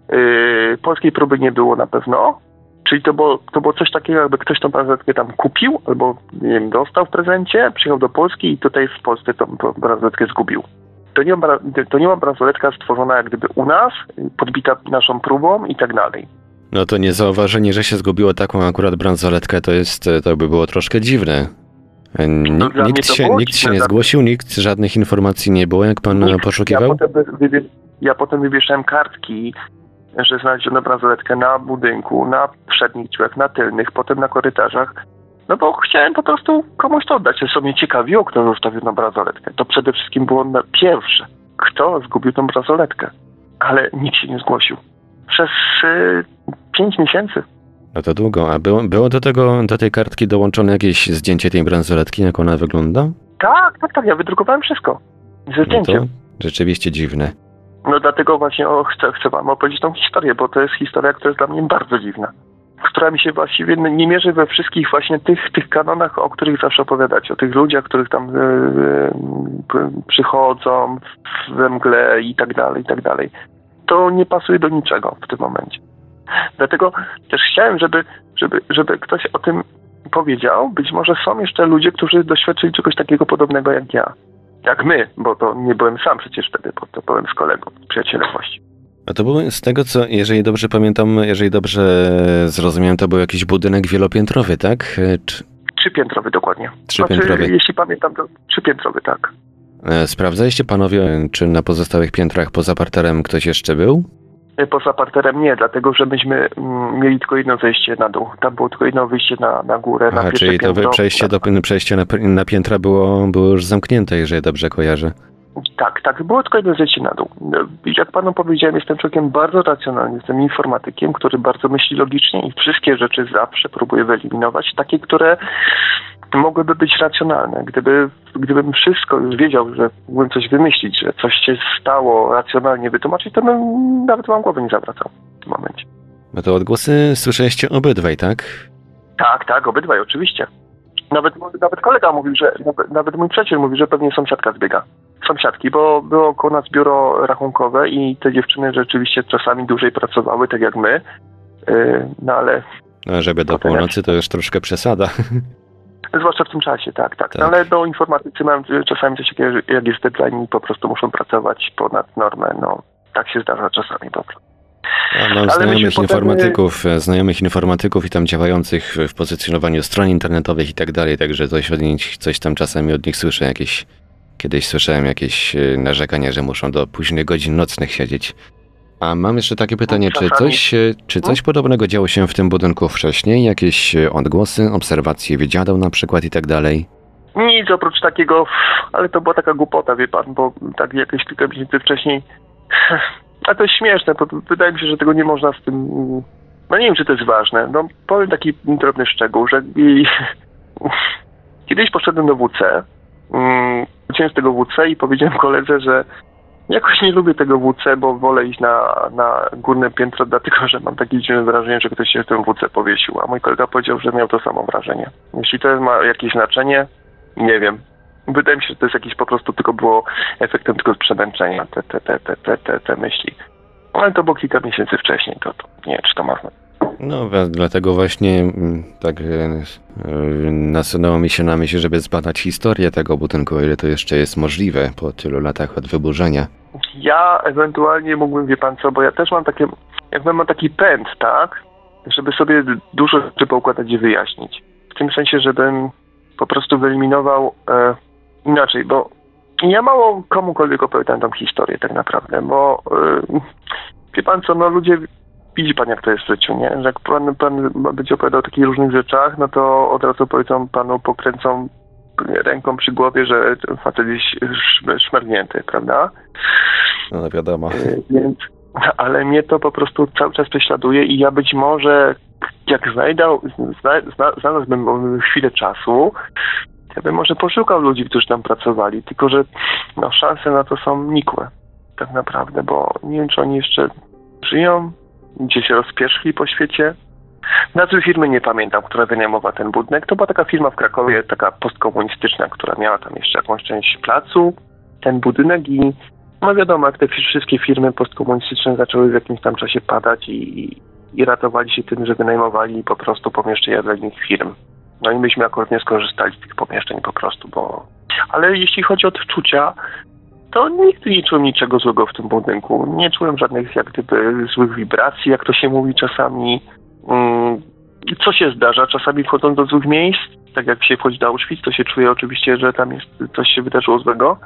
Yy, polskiej próby nie było na pewno. Czyli to było, to było coś takiego, jakby ktoś tą bransoletkę tam kupił, albo nie wiem, dostał w prezencie, przyjechał do Polski i tutaj w Polsce tą, tą bransoletkę zgubił. To nie, ma, to nie ma bransoletka stworzona jak gdyby u nas, podbita naszą próbą i tak dalej. No to nie że się zgubiło taką akurat bransoletkę, to jest, to by było troszkę dziwne. N- no nikt się, nikt się nie zgłosił, nikt, żadnych informacji nie było, jak pan nikt. poszukiwał? Ja potem, wybie- ja potem wywieszałem kartki, że znaleziono bransoletkę na budynku, na przednich drzwiach, na tylnych, potem na korytarzach. No bo chciałem po prostu komuś to oddać. Co mnie ciekawiło, kto zostawił tą bransoletkę. To przede wszystkim było na pierwsze. Kto zgubił tą bransoletkę? Ale nikt się nie zgłosił. Przez y, pięć miesięcy. No to długo. A było, było do tego, do tej kartki dołączone jakieś zdjęcie tej bransoletki, jak ona wygląda? Tak, tak, tak. Ja wydrukowałem wszystko. Ze zdjęciem. No to rzeczywiście dziwne. No dlatego właśnie o, chcę, chcę wam opowiedzieć tą historię, bo to jest historia, która jest dla mnie bardzo dziwna. Która mi się właściwie nie mierzy we wszystkich właśnie tych, tych kanonach, o których zawsze opowiadacie. O tych ludziach, których tam yy, yy, przychodzą we mgle i tak dalej, i tak dalej. To nie pasuje do niczego w tym momencie. Dlatego też chciałem, żeby, żeby, żeby ktoś o tym powiedział. Być może są jeszcze ludzie, którzy doświadczyli czegoś takiego podobnego jak ja. Jak my, bo to nie byłem sam przecież wtedy, bo to byłem z kolegą, z przyjacielem właściwie. A to był z tego, co, jeżeli dobrze pamiętam, jeżeli dobrze zrozumiałem, to był jakiś budynek wielopiętrowy, tak? Czy... Trzypiętrowy dokładnie. Trzypiętrowy. Znaczy, jeśli pamiętam, to trzypiętrowy, tak. Sprawdzaliście panowie, czy na pozostałych piętrach poza parterem ktoś jeszcze był? Poza parterem nie, dlatego że myśmy mm, mieli tylko jedno zejście na dół. Tam było tylko jedno wyjście na, na górę. Aha, na czyli to piętro. przejście, do, przejście na, na piętra było, było już zamknięte, jeżeli dobrze kojarzę. Tak, tak. Było tylko jedno zejście na dół. Jak panu powiedziałem, jestem człowiekiem bardzo racjonalnym, jestem informatykiem, który bardzo myśli logicznie i wszystkie rzeczy zawsze próbuję wyeliminować. Takie, które mogłyby być racjonalne. Gdyby, gdybym wszystko już wiedział, że mógłbym coś wymyślić, że coś się stało, racjonalnie wytłumaczyć, to bym nawet mam głowy nie zawracał w tym momencie. No to odgłosy słyszeliście obydwaj, tak? Tak, tak, obydwaj, oczywiście. Nawet, nawet kolega mówił, że, nawet, nawet mój przyjaciel mówi, że pewnie sąsiadka zbiega. Sąsiadki, bo było koło nas biuro rachunkowe i te dziewczyny rzeczywiście czasami dłużej pracowały, tak jak my, yy, no ale... No, żeby do północy to już troszkę przesada. Zwłaszcza w tym czasie, tak, tak. tak. No, ale do informatycy mają czasami coś takiego, jak jest deadline i po prostu muszą pracować ponad normę, no tak się zdarza czasami po prostu. Ja mam znajomych informatyków, potem... znajomych informatyków i tam działających w pozycjonowaniu stron internetowych i tak dalej, także coś, od nich, coś tam czasami od nich słyszę, jakieś, kiedyś słyszałem jakieś narzekania, że muszą do późnych godzin nocnych siedzieć. A mam jeszcze takie pytanie, czy coś, czy coś podobnego działo się w tym budynku wcześniej? Jakieś odgłosy, obserwacje widziadeł na przykład i tak dalej? Nic oprócz takiego, ale to była taka głupota, wie pan, bo tak jakieś kilka miesięcy wcześniej... A to jest śmieszne, bo wydaje mi się, że tego nie można z tym... No nie wiem, czy to jest ważne. No powiem taki drobny szczegół, że kiedyś poszedłem do W C, wróciłem z tego W C i powiedziałem koledze, że jakoś nie lubię tego W C, bo wolę iść na, na górne piętro, dlatego że mam takie dziwne wrażenie, że ktoś się w tym W C powiesił. A mój kolega powiedział, że miał to samo wrażenie. Jeśli to ma jakieś znaczenie, nie wiem. Wydaje mi się, że to jest jakiś po prostu tylko było efektem tylko przemęczenia, te, te, te, te, te, te, te myśli. Ale to było kilka miesięcy wcześniej, to, to nie wiem, czy to ma. No, dlatego właśnie tak nasunęło mi się na myśl, żeby zbadać historię tego budynku, o ile to jeszcze jest możliwe po tylu latach od wyburzenia. Ja ewentualnie mógłbym, wie pan co, bo ja też mam takie, jakbym mam taki pęd, tak, żeby sobie dużo rzeczy poukładać i wyjaśnić. W tym sensie, żebym po prostu wyeliminował e, inaczej, bo ja mało komukolwiek opowiadam tą historię tak naprawdę, bo e, wie pan co, no ludzie, widzi pan jak to jest w życiu, nie? Że jak pan, pan będzie opowiadał o takich różnych rzeczach, no to od razu powiedzą panu, pokręcą ręką przy głowie, że facet jest szmergnięty, prawda? No wiadomo. E, więc, ale mnie to po prostu cały czas prześladuje i ja być może jak znajdę, zna, zna, znalazłbym chwilę czasu, ja bym może poszukał ludzi, którzy tam pracowali, tylko że no, szanse na to są nikłe tak naprawdę, bo nie wiem, czy oni jeszcze żyją, gdzie się rozpierzchli po świecie. Nazwy firmy nie pamiętam, która wynajmowała ten budynek. To była taka firma w Krakowie, taka postkomunistyczna, która miała tam jeszcze jakąś część placu, ten budynek i no wiadomo, jak te wszystkie firmy postkomunistyczne zaczęły w jakimś tam czasie padać i i ratowali się tym, że wynajmowali po prostu pomieszczenia dla innych firm. No i myśmy akurat nie skorzystali z tych pomieszczeń po prostu, bo... Ale jeśli chodzi o odczucia, to nigdy nie czułem niczego złego w tym budynku. Nie czułem żadnych jak gdyby złych wibracji, jak to się mówi czasami. Hmm, co się zdarza? Czasami wchodząc do złych miejsc, tak jak się wchodzi do Auschwitz, to się czuje oczywiście, że tam jest coś się wydarzyło złego.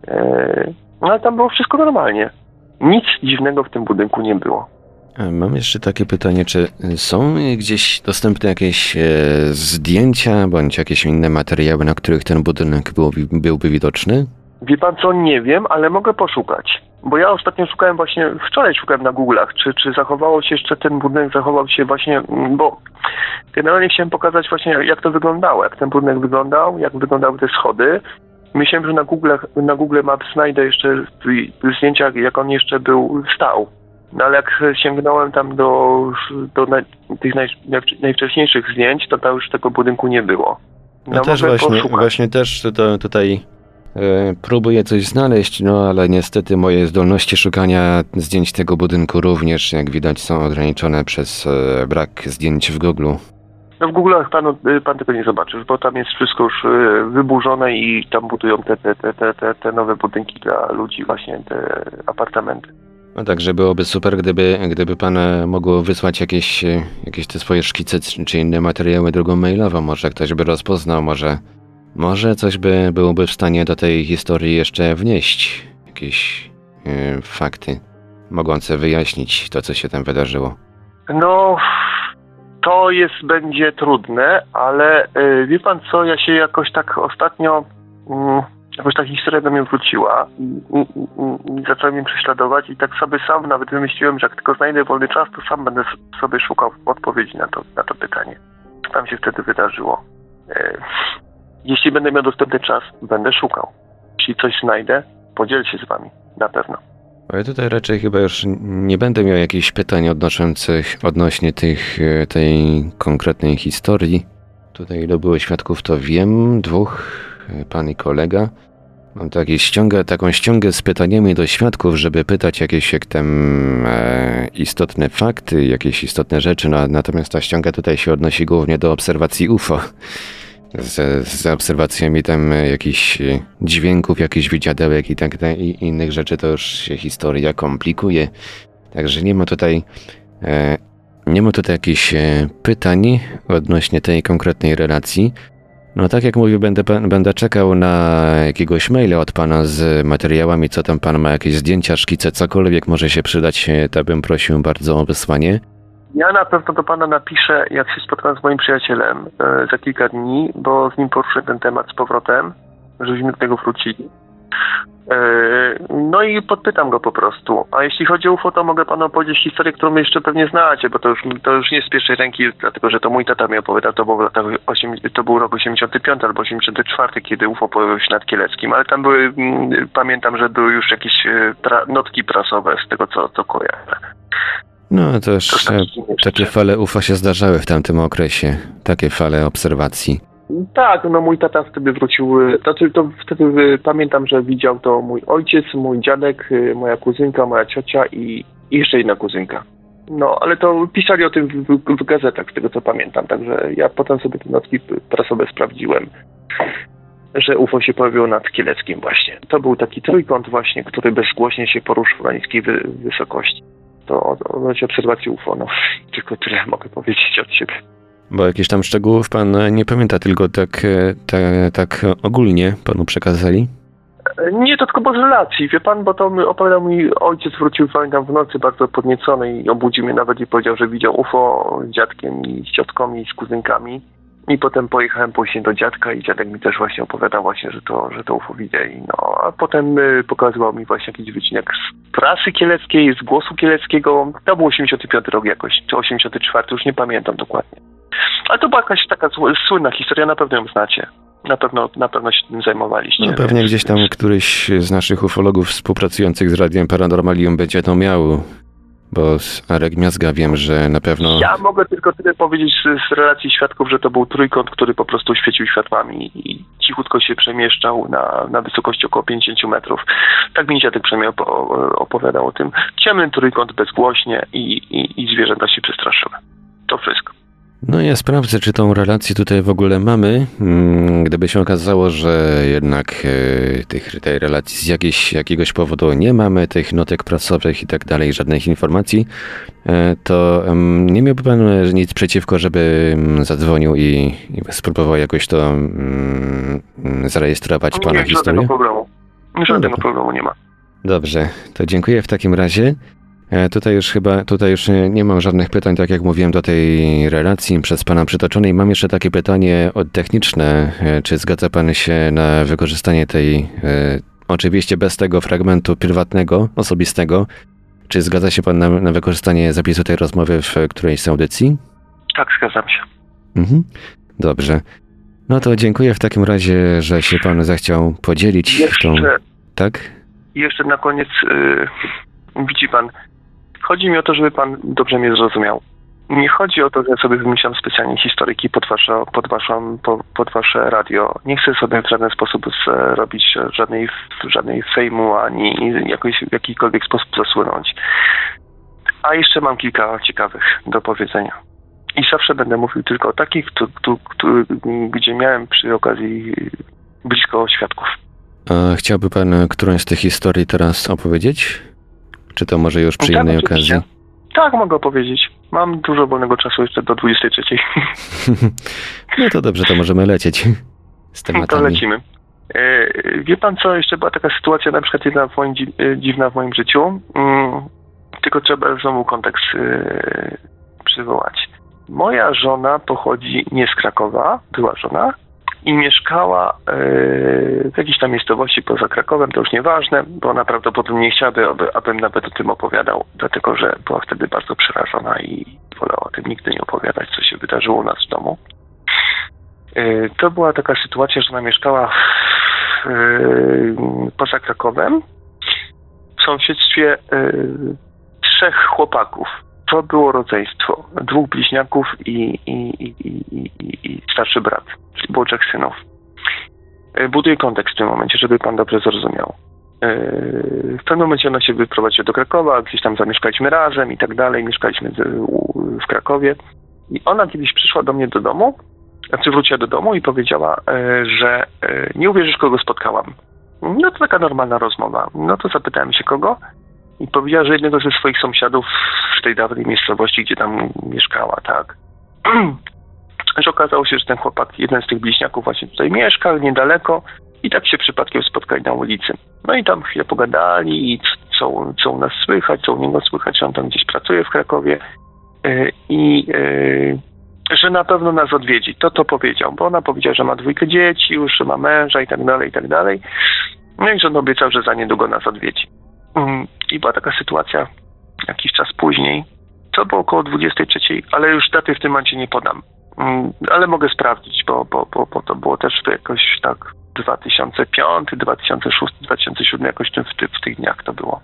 Eee, no ale tam było wszystko normalnie. Nic dziwnego w tym budynku nie było. Mam jeszcze takie pytanie, czy są gdzieś dostępne jakieś e, zdjęcia bądź jakieś inne materiały, na których ten budynek był, byłby widoczny? Wie pan co, nie wiem, ale mogę poszukać. Bo ja ostatnio szukałem właśnie, wczoraj szukałem na Google'ach, czy, czy zachowało się jeszcze ten budynek, zachował się właśnie, bo generalnie chciałem pokazać właśnie jak to wyglądało, jak ten budynek wyglądał, jak wyglądały te schody. Myślałem, że na Google, na Google Maps znajdę jeszcze zdjęcia, jak on jeszcze był, stał. No ale jak sięgnąłem tam do, do naj, tych naj, najwcześniejszych zdjęć, to tam już tego budynku nie było. No ja też właśnie, właśnie też to, tutaj e, próbuję coś znaleźć, no ale niestety moje zdolności szukania zdjęć tego budynku również, jak widać, są ograniczone przez e, brak zdjęć w Google. No w Google'ach pan, pan tego nie zobaczysz, bo tam jest wszystko już wyburzone i tam budują te, te, te, te, te nowe budynki dla ludzi, właśnie te apartamenty. No także byłoby super, gdyby, gdyby pan mógł wysłać jakieś, jakieś te swoje szkice czy inne materiały drogą mailową. Może ktoś by rozpoznał, może, może coś by byłoby w stanie do tej historii jeszcze wnieść. Jakieś yy, fakty mogące wyjaśnić to, co się tam wydarzyło. No, to jest, będzie trudne, ale yy, wie pan co, ja się jakoś tak ostatnio... Yy, Jakoś ta historia do mnie wróciła i, i, i, i zaczęła mnie prześladować i tak sobie sam nawet wymyśliłem, że jak tylko znajdę wolny czas, to sam będę sobie szukał odpowiedzi na to, na to pytanie. Co tam się wtedy wydarzyło? E, jeśli będę miał dostępny czas, będę szukał. Jeśli coś znajdę, podzielę się z wami. Na pewno. Ale tutaj raczej chyba już nie będę miał jakichś pytań odnoszących odnośnie tych, tej konkretnej historii. tutaj ilu było świadków, to wiem. Dwóch, pan i kolega. Mam taki ściągę, taką ściągę z pytaniami do świadków, żeby pytać jakieś jak tam e, istotne fakty, jakieś istotne rzeczy, no, natomiast ta ściąga tutaj się odnosi głównie do obserwacji U F O. Z, z obserwacjami tam jakichś dźwięków, jakichś widziadełek i tak dalej, i innych rzeczy, to już się historia komplikuje. Także nie ma tutaj e, nie ma tutaj jakichś e, pytań odnośnie tej konkretnej relacji. No tak jak mówię, będę, będę czekał na jakiegoś maila od pana z materiałami, co tam pan ma, jakieś zdjęcia, szkice, cokolwiek może się przydać, to bym prosił bardzo o wysłanie. Ja na pewno do pana napiszę, jak się spotkam z moim przyjacielem e, za kilka dni, bo z nim poruszę ten temat z powrotem, żebyśmy do tego wrócili. E, no i podpytam go po prostu. A jeśli chodzi o U F O, to mogę panu opowiedzieć historię, którą jeszcze pewnie znacie, bo to już, to już nie z pierwszej ręki, dlatego że to mój tata mi opowiadał, to był, w latach osiem, to był rok osiemdziesiąty piąty albo osiemdziesiąty czwarty, kiedy U F O pojawiło się nad Kieleckim, ale tam były, m, pamiętam, że były już jakieś pra, notki prasowe z tego, co, co kojarzę. No też to takie fale U F O się zdarzały w tamtym okresie, takie fale obserwacji. Tak, no mój tata wtedy wrócił, to, to wtedy pamiętam, że widział to mój ojciec, mój dziadek, moja kuzynka, moja ciocia i, i jeszcze jedna kuzynka. No, ale to pisali o tym w, w, w gazetach, z tego co pamiętam, także ja potem sobie te notki prasowe sprawdziłem, że U F O się pojawiło nad Kieleckim właśnie. To był taki trójkąt właśnie, który bezgłośnie się poruszył na niskiej wy, wysokości. To odnośnie obserwacji U F O, no tylko tyle mogę powiedzieć od siebie. Bo jakichś tam szczegółów pan nie pamięta, tylko tak, tak, tak ogólnie panu przekazali? Nie, to tylko z relacji, wie pan, bo to mi opowiadał mi ojciec, wrócił pamiętam w nocy bardzo podniecony i obudził mnie nawet i powiedział, że widział U F O z dziadkiem i z ciotką i z kuzynkami. I potem pojechałem później do dziadka i dziadek mi też właśnie opowiadał właśnie, że to, że to U F O widzieli. No, a potem y, pokazywał mi właśnie jakiś wycinek z prasy kieleckiej, z Głosu Kieleckiego. To był osiemdziesiąty piąty rok jakoś, czy osiemdziesiąty czwarty, już nie pamiętam dokładnie. Ale to była jakaś taka słynna historia, na pewno ją znacie. Na pewno, na pewno się tym zajmowaliście. No pewnie gdzieś tam któryś z naszych ufologów współpracujących z Radiem Paranormalium będzie to miał. Bo z Arek Miazga wiem, że na pewno... Ja mogę tylko tyle powiedzieć z, z relacji świadków, że to był trójkąt, który po prostu świecił światłami i cichutko się przemieszczał na, na wysokości około pięćdziesiąt metrów. Tak mi dziadek przynajmniej opowiadał o tym. Ciemny trójkąt bezgłośnie i, i, i zwierzęta się przestraszyły. To wszystko. No ja sprawdzę, czy tą relację tutaj w ogóle mamy. Gdyby się okazało, że jednak e, tych, tej relacji z jakiegoś, jakiegoś powodu nie mamy, tych notek prasowych i tak dalej, żadnych informacji, e, to e, nie miałby pan nic przeciwko, żeby zadzwonił i, i spróbował jakoś to mm, zarejestrować nie, pana nie, historię? Żadnego problemu. Żadnego no, problemu nie ma. Dobrze, to dziękuję w takim razie. Tutaj już chyba, tutaj już nie mam żadnych pytań, tak jak mówiłem, do tej relacji przez pana przytoczonej. Mam jeszcze takie pytanie techniczne. Czy zgadza pan się na wykorzystanie tej, oczywiście bez tego fragmentu prywatnego, osobistego, czy zgadza się pan na, na wykorzystanie zapisu tej rozmowy w którejś z audycji? Tak, zgadzam się. Mhm. Dobrze. No to dziękuję w takim razie, że się pan zechciał podzielić jeszcze, tą... Tak? Jeszcze na koniec, yy, widzi pan, chodzi mi o to, żeby pan dobrze mnie zrozumiał. Nie chodzi o to, że ja sobie wymyślam specjalnie historyki pod, wasza, pod, waszą, pod, pod wasze radio. Nie chcę sobie w żaden sposób robić żadnej, żadnej fejmu, ani jakoś, w jakikolwiek sposób zasłynąć. A jeszcze mam kilka ciekawych do powiedzenia. I zawsze będę mówił tylko o takich, tu, tu, tu, gdzie miałem przy okazji blisko świadków. A chciałby pan którąś z tych historii teraz opowiedzieć? Czy to może już przy tak, innej oczywiście. okazji? Tak, mogę opowiedzieć. Mam dużo wolnego czasu jeszcze do dwudziestej trzeciej. No to dobrze, to możemy lecieć z tematami. To lecimy. E, wie pan co, jeszcze była taka sytuacja, na przykład jedna w moim, dziwna w moim życiu, mm, tylko trzeba znowu kontekst e, przywołać. Moja żona pochodzi nie z Krakowa, była żona, i mieszkała e, w jakiejś tam miejscowości poza Krakowem, to już nieważne, bo ona prawdopodobnie nie chciałaby, aby, abym nawet o tym opowiadał, dlatego że była wtedy bardzo przerażona i wolała o tym nigdy nie opowiadać, co się wydarzyło u nas w domu. E, to była taka sytuacja, że ona mieszkała w, e, poza Krakowem w sąsiedztwie e, trzech chłopaków. to było rodzeństwo. Dwóch bliźniaków i, i, i, i, i, i starszy brat. Czyli było trzech synów. Buduję kontekst w tym momencie, żeby pan dobrze zrozumiał. W pewnym momencie ona się wyprowadziła do Krakowa, gdzieś tam zamieszkaliśmy razem i tak dalej. Mieszkaliśmy w Krakowie. I ona kiedyś przyszła do mnie do domu, znaczy wróciła do domu i powiedziała, że nie uwierzysz, kogo spotkałam. No to taka normalna rozmowa. No to zapytałem się kogo i powiedziała, że jednego ze swoich sąsiadów w tej dawnej miejscowości, gdzie tam mieszkała, tak. Że okazało się, że ten chłopak, jeden z tych bliźniaków właśnie tutaj mieszka, niedaleko i tak się przypadkiem spotkali na ulicy. No i tam chwilę pogadali i co, co u nas słychać, co u niego słychać, że on tam gdzieś pracuje w Krakowie i yy, że na pewno nas odwiedzi. To to powiedział, bo ona powiedziała, że ma dwójkę dzieci już, że ma męża i tak dalej, i tak dalej. No i że on obiecał, że za niedługo nas odwiedzi. I była taka sytuacja jakiś czas później, to było około dwudziestej trzeciej, ale już daty w tym momencie nie podam. Ale mogę sprawdzić, bo, bo, bo, bo to było też jakoś tak dwa tysiące piąty, dwa tysiące szósty, dwa tysiące siódmy, jakoś w, ty, w tych dniach to było.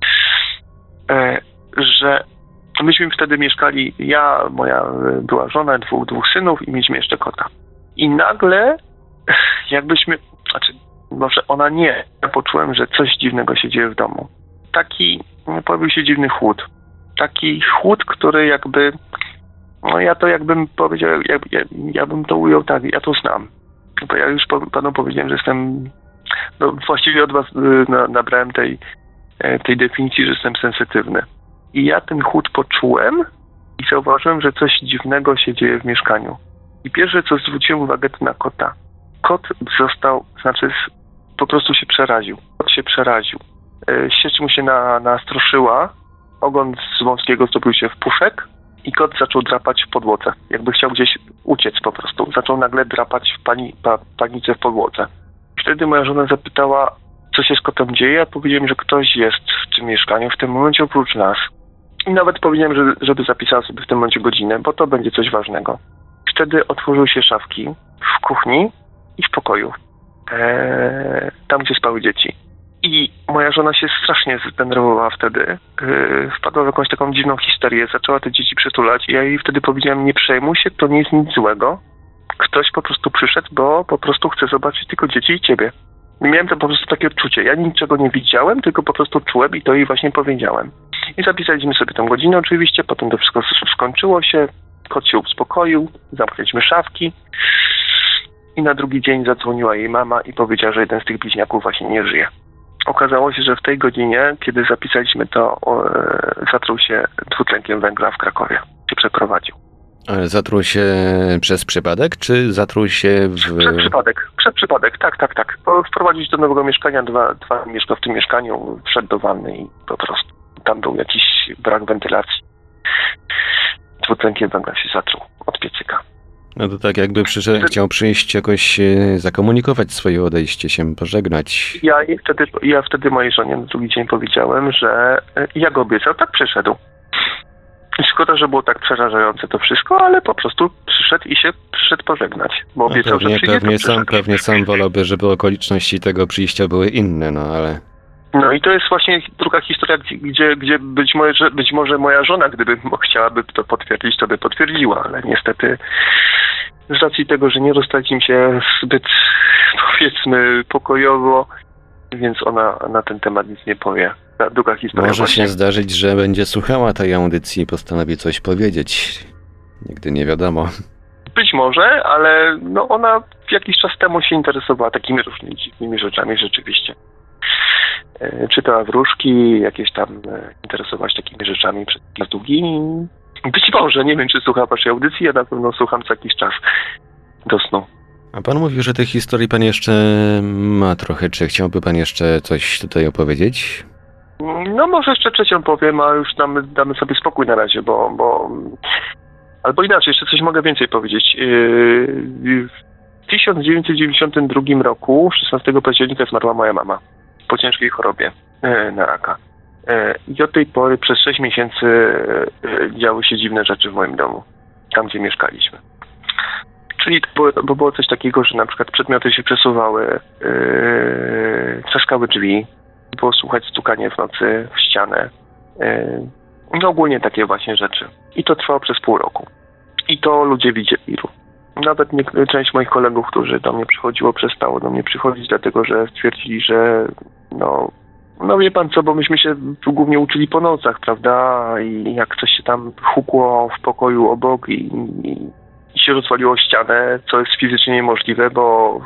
E, że myśmy wtedy mieszkali, ja, moja była żona, dwóch, dwóch synów i mieliśmy jeszcze kota. I nagle jakbyśmy, znaczy może ona nie, ja poczułem, że coś dziwnego się dzieje w domu. Taki, pojawił się dziwny chłód. Taki chłód, który jakby, no ja to jakbym powiedział, ja, ja, ja bym to ujął tak, ja to znam. Bo ja już panu powiedziałem, że jestem, no właściwie od was na, nabrałem tej, tej definicji, że jestem sensytywny. I ja ten chłód poczułem i zauważyłem, że coś dziwnego się dzieje w mieszkaniu. I pierwsze, co zwróciłem uwagę, to na kota. Kot został, znaczy po prostu się przeraził. Kot się przeraził. Sieć mu się na, nastroszyła, ogon z wąskiego zrobił się w puszek i kot zaczął drapać w podłodze. Jakby chciał gdzieś uciec po prostu. Zaczął nagle drapać w pani, pa, panice w podłodze. Wtedy moja żona zapytała, co się z kotem dzieje. Ja powiedziałem, że ktoś jest w tym mieszkaniu w tym momencie oprócz nas. I nawet powiedziałem, że, żeby zapisała sobie w tym momencie godzinę, bo to będzie coś ważnego. Wtedy otworzyły się szafki w kuchni i w pokoju. Eee, tam, gdzie spały dzieci. I moja żona się strasznie zdenerwowała wtedy. Yy, wpadła w jakąś taką dziwną histerię. Zaczęła te dzieci przytulać. I ja jej wtedy powiedziałem, nie przejmuj się, to nie jest nic złego. Ktoś po prostu przyszedł, bo po prostu chce zobaczyć tylko dzieci i ciebie. I miałem to po prostu takie odczucie. Ja niczego nie widziałem, tylko po prostu czułem i to jej właśnie powiedziałem. I zapisaliśmy sobie tę godzinę oczywiście. Potem to wszystko skończyło się. Kot się uspokoił. Zamknęliśmy szafki. I na drugi dzień zadzwoniła jej mama i powiedziała, że jeden z tych bliźniaków właśnie nie żyje. Okazało się, że w tej godzinie, kiedy zapisaliśmy to, o, e, zatruł się dwutlenkiem węgla w Krakowie. Się przeprowadził. Ale zatruł się przez przypadek, czy zatruł się w... Przez przypadek, przez przypadek, tak, tak, tak. Wprowadził się do nowego mieszkania, dwa, dwa mieszkał w tym mieszkaniu, wszedł do wanny i po prostu tam był jakiś brak wentylacji. Dwutlenkiem węgla się zatruł od piecyka. No to tak jakby przyszedł, chciał przyjść jakoś zakomunikować swoje odejście, się pożegnać. Ja, i wtedy, ja wtedy mojej żonie na drugi dzień powiedziałem, że jak obiecał, tak przyszedł. Szkoda, że było tak przerażające to wszystko, ale po prostu przyszedł i się przyszedł pożegnać. Bo obiecał, no pewnie, że przyjdzie, pewnie to sam, pewnie sam wolałby, żeby okoliczności tego przyjścia były inne, no ale... No i to jest właśnie druga historia, gdzie, gdzie być, może, być może moja żona, gdyby chciałaby to potwierdzić, to by potwierdziła, ale niestety z racji tego, że nie rozstaliśmy się zbyt, powiedzmy, pokojowo, więc ona na ten temat nic nie powie. Ta druga historia Może właśnie... się zdarzyć, że będzie słuchała tej audycji i postanowi coś powiedzieć. Nigdy nie wiadomo. Być może, ale no ona jakiś czas temu się interesowała takimi różnymi dziwnymi rzeczami rzeczywiście. Czytała wróżki, jakieś tam interesowała się takimi rzeczami przed długimi. Być może, nie wiem, czy słucha waszej audycji, ja na pewno słucham co jakiś czas do snu. A pan mówił, że tych historii pan jeszcze ma trochę. Czy chciałby pan jeszcze coś tutaj opowiedzieć? No może jeszcze trzecią powiem, a już damy, damy sobie spokój na razie, bo... bo... Albo inaczej, jeszcze coś mogę więcej powiedzieć. W tysiąc dziewięćset dziewięćdziesiątym drugim roku, szesnastego października, zmarła moja mama po ciężkiej chorobie na raka. I od tej pory przez sześć miesięcy działy się dziwne rzeczy w moim domu, tam gdzie mieszkaliśmy. Czyli to było, bo było coś takiego, że na przykład przedmioty się przesuwały, yy, trzaskały drzwi, było słuchać stukanie w nocy w ścianę. Yy, No ogólnie takie właśnie rzeczy. I to trwało przez pół roku. I to ludzie widzieli. Nawet nie, część moich kolegów, którzy do mnie przychodziło, przestało do mnie przychodzić, dlatego że stwierdzili, że no, no wie pan co, bo myśmy się głównie uczyli po nocach, prawda? I jak coś się tam hukło w pokoju obok i, i, i się rozwaliło ścianę, co jest fizycznie niemożliwe, bo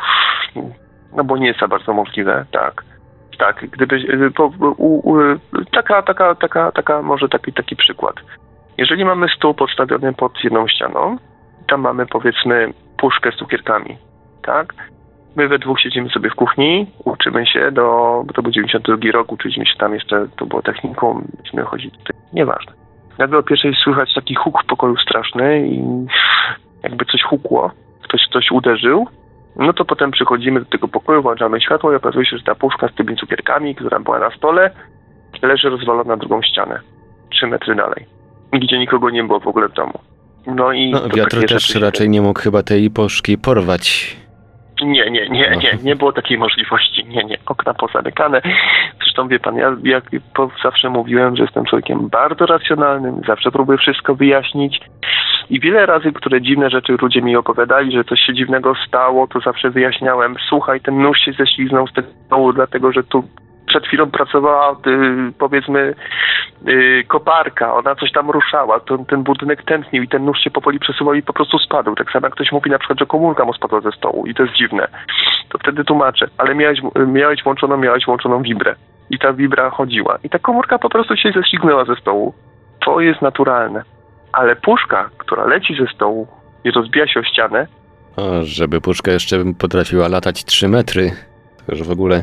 no bo nie jest za bardzo możliwe, tak. Tak, gdyby po, u, u, taka, taka, taka, taka, może taki, taki przykład. Jeżeli mamy stół podstawiony pod jedną ścianą, tam mamy powiedzmy puszkę z cukierkami, tak? My we dwóch siedzimy sobie w kuchni, uczymy się do, bo to był dziewięćdziesiąty drugi rok, uczyliśmy się tam jeszcze, to było techniką, myśmy chodzili tutaj, nieważne. Nagle o pierwszej słychać taki huk w pokoju straszny i jakby coś hukło, ktoś coś uderzył, no to potem przychodzimy do tego pokoju, włączamy światło i okazuje się, że ta puszka z tymi cukierkami, która była na stole, leży rozwalona na drugą ścianę, trzy metry dalej, gdzie nikogo nie było w ogóle w domu. No i no, wiatr też raczej nie mógł chyba tej puszki porwać. Nie, nie, nie, nie, nie było takiej możliwości. Nie, nie, okna pozamykane. Zresztą wie pan, ja jak zawsze mówiłem, że jestem człowiekiem bardzo racjonalnym, zawsze próbuję wszystko wyjaśnić i wiele razy, które dziwne rzeczy ludzie mi opowiadali, że coś się dziwnego stało, to zawsze wyjaśniałem, słuchaj, ten nóż się ześliznął z tego stołu, dlatego że tu przed chwilą pracowała, y, powiedzmy, y, koparka, ona coś tam ruszała, to, ten budynek tętnił i ten nóż się powoli przesuwał i po prostu spadł. Tak samo jak ktoś mówi na przykład, że komórka mu spadła ze stołu i to jest dziwne. To wtedy tłumaczę, ale miałeś, miałeś włączoną, miałeś włączoną wibrę i ta wibra chodziła i ta komórka po prostu się ześliznęła ze stołu. To jest naturalne. Ale puszka, która leci ze stołu i rozbija się o ścianę... O, żeby puszka jeszcze potrafiła latać trzy metry, to już w ogóle...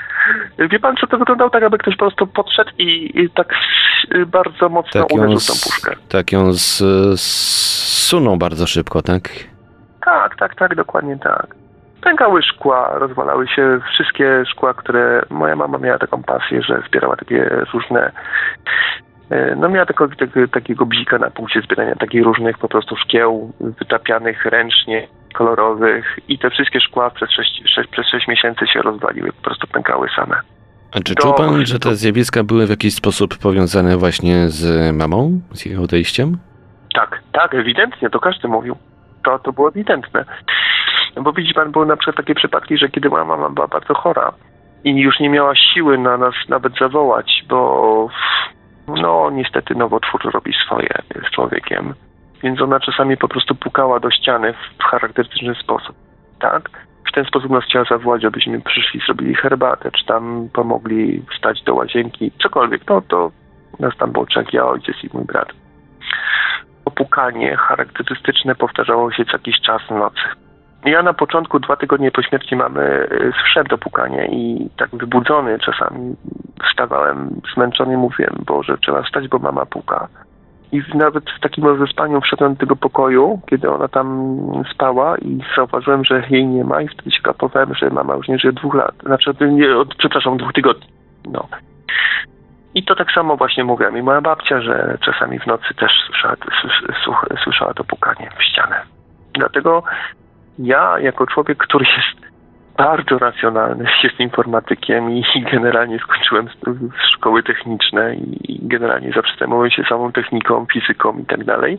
Wie pan, co to wyglądało tak, aby ktoś po prostu podszedł i, i tak bardzo mocno tak uderzył z, tą puszkę. Tak ją z, zsunął bardzo szybko, tak? Tak, tak, tak, dokładnie tak. Pękały szkła, rozwalały się wszystkie szkła, które... Moja mama miała taką pasję, że zbierała takie różne... No miała tego, tego, takiego bzika na punkcie zbierania takich różnych po prostu szkieł wytapianych ręcznie, kolorowych i te wszystkie szkła przez sześć, sześć, przez sześć miesięcy się rozwaliły, po prostu pękały same. A czy czuł pan, że te zjawiska były w jakiś sposób powiązane właśnie z mamą, z jej odejściem? Tak, tak, ewidentnie, to każdy mówił. To, to było ewidentne. Bo widzi pan, były na przykład takie przypadki, że kiedy moja mama była bardzo chora i już nie miała siły na nas nawet zawołać, bo no niestety nowotwór robi swoje z człowiekiem. Więc ona czasami po prostu pukała do ściany w charakterystyczny sposób, tak? W ten sposób nas chciała zawołać, abyśmy przyszli, zrobili herbatę, czy tam pomogli wstać do łazienki, cokolwiek. No to nas tam było trzech, ja, ojciec i mój brat. Opukanie charakterystyczne powtarzało się co jakiś czas w nocy. Ja na początku, dwa tygodnie po śmierci mamy, słyszałem to pukanie i tak wybudzony czasami wstawałem zmęczony i mówiłem, Boże, trzeba wstać, bo mama puka. I nawet w takim rozespaniu wszedłem do tego pokoju, kiedy ona tam spała i zauważyłem, że jej nie ma i wtedy się kapowałem, że mama już nie żyje dwóch lat. Znaczy, nie, od, przepraszam, dwóch tygodni. No. I to tak samo właśnie mówiłem. I moja babcia, że czasami w nocy też słyszała, słyszała to pukanie w ścianę. Dlatego ja, jako człowiek, który jest bardzo racjonalny, jest informatykiem i generalnie skończyłem szkoły techniczne i generalnie zawsze zajmowałem się samą techniką, fizyką i tak dalej,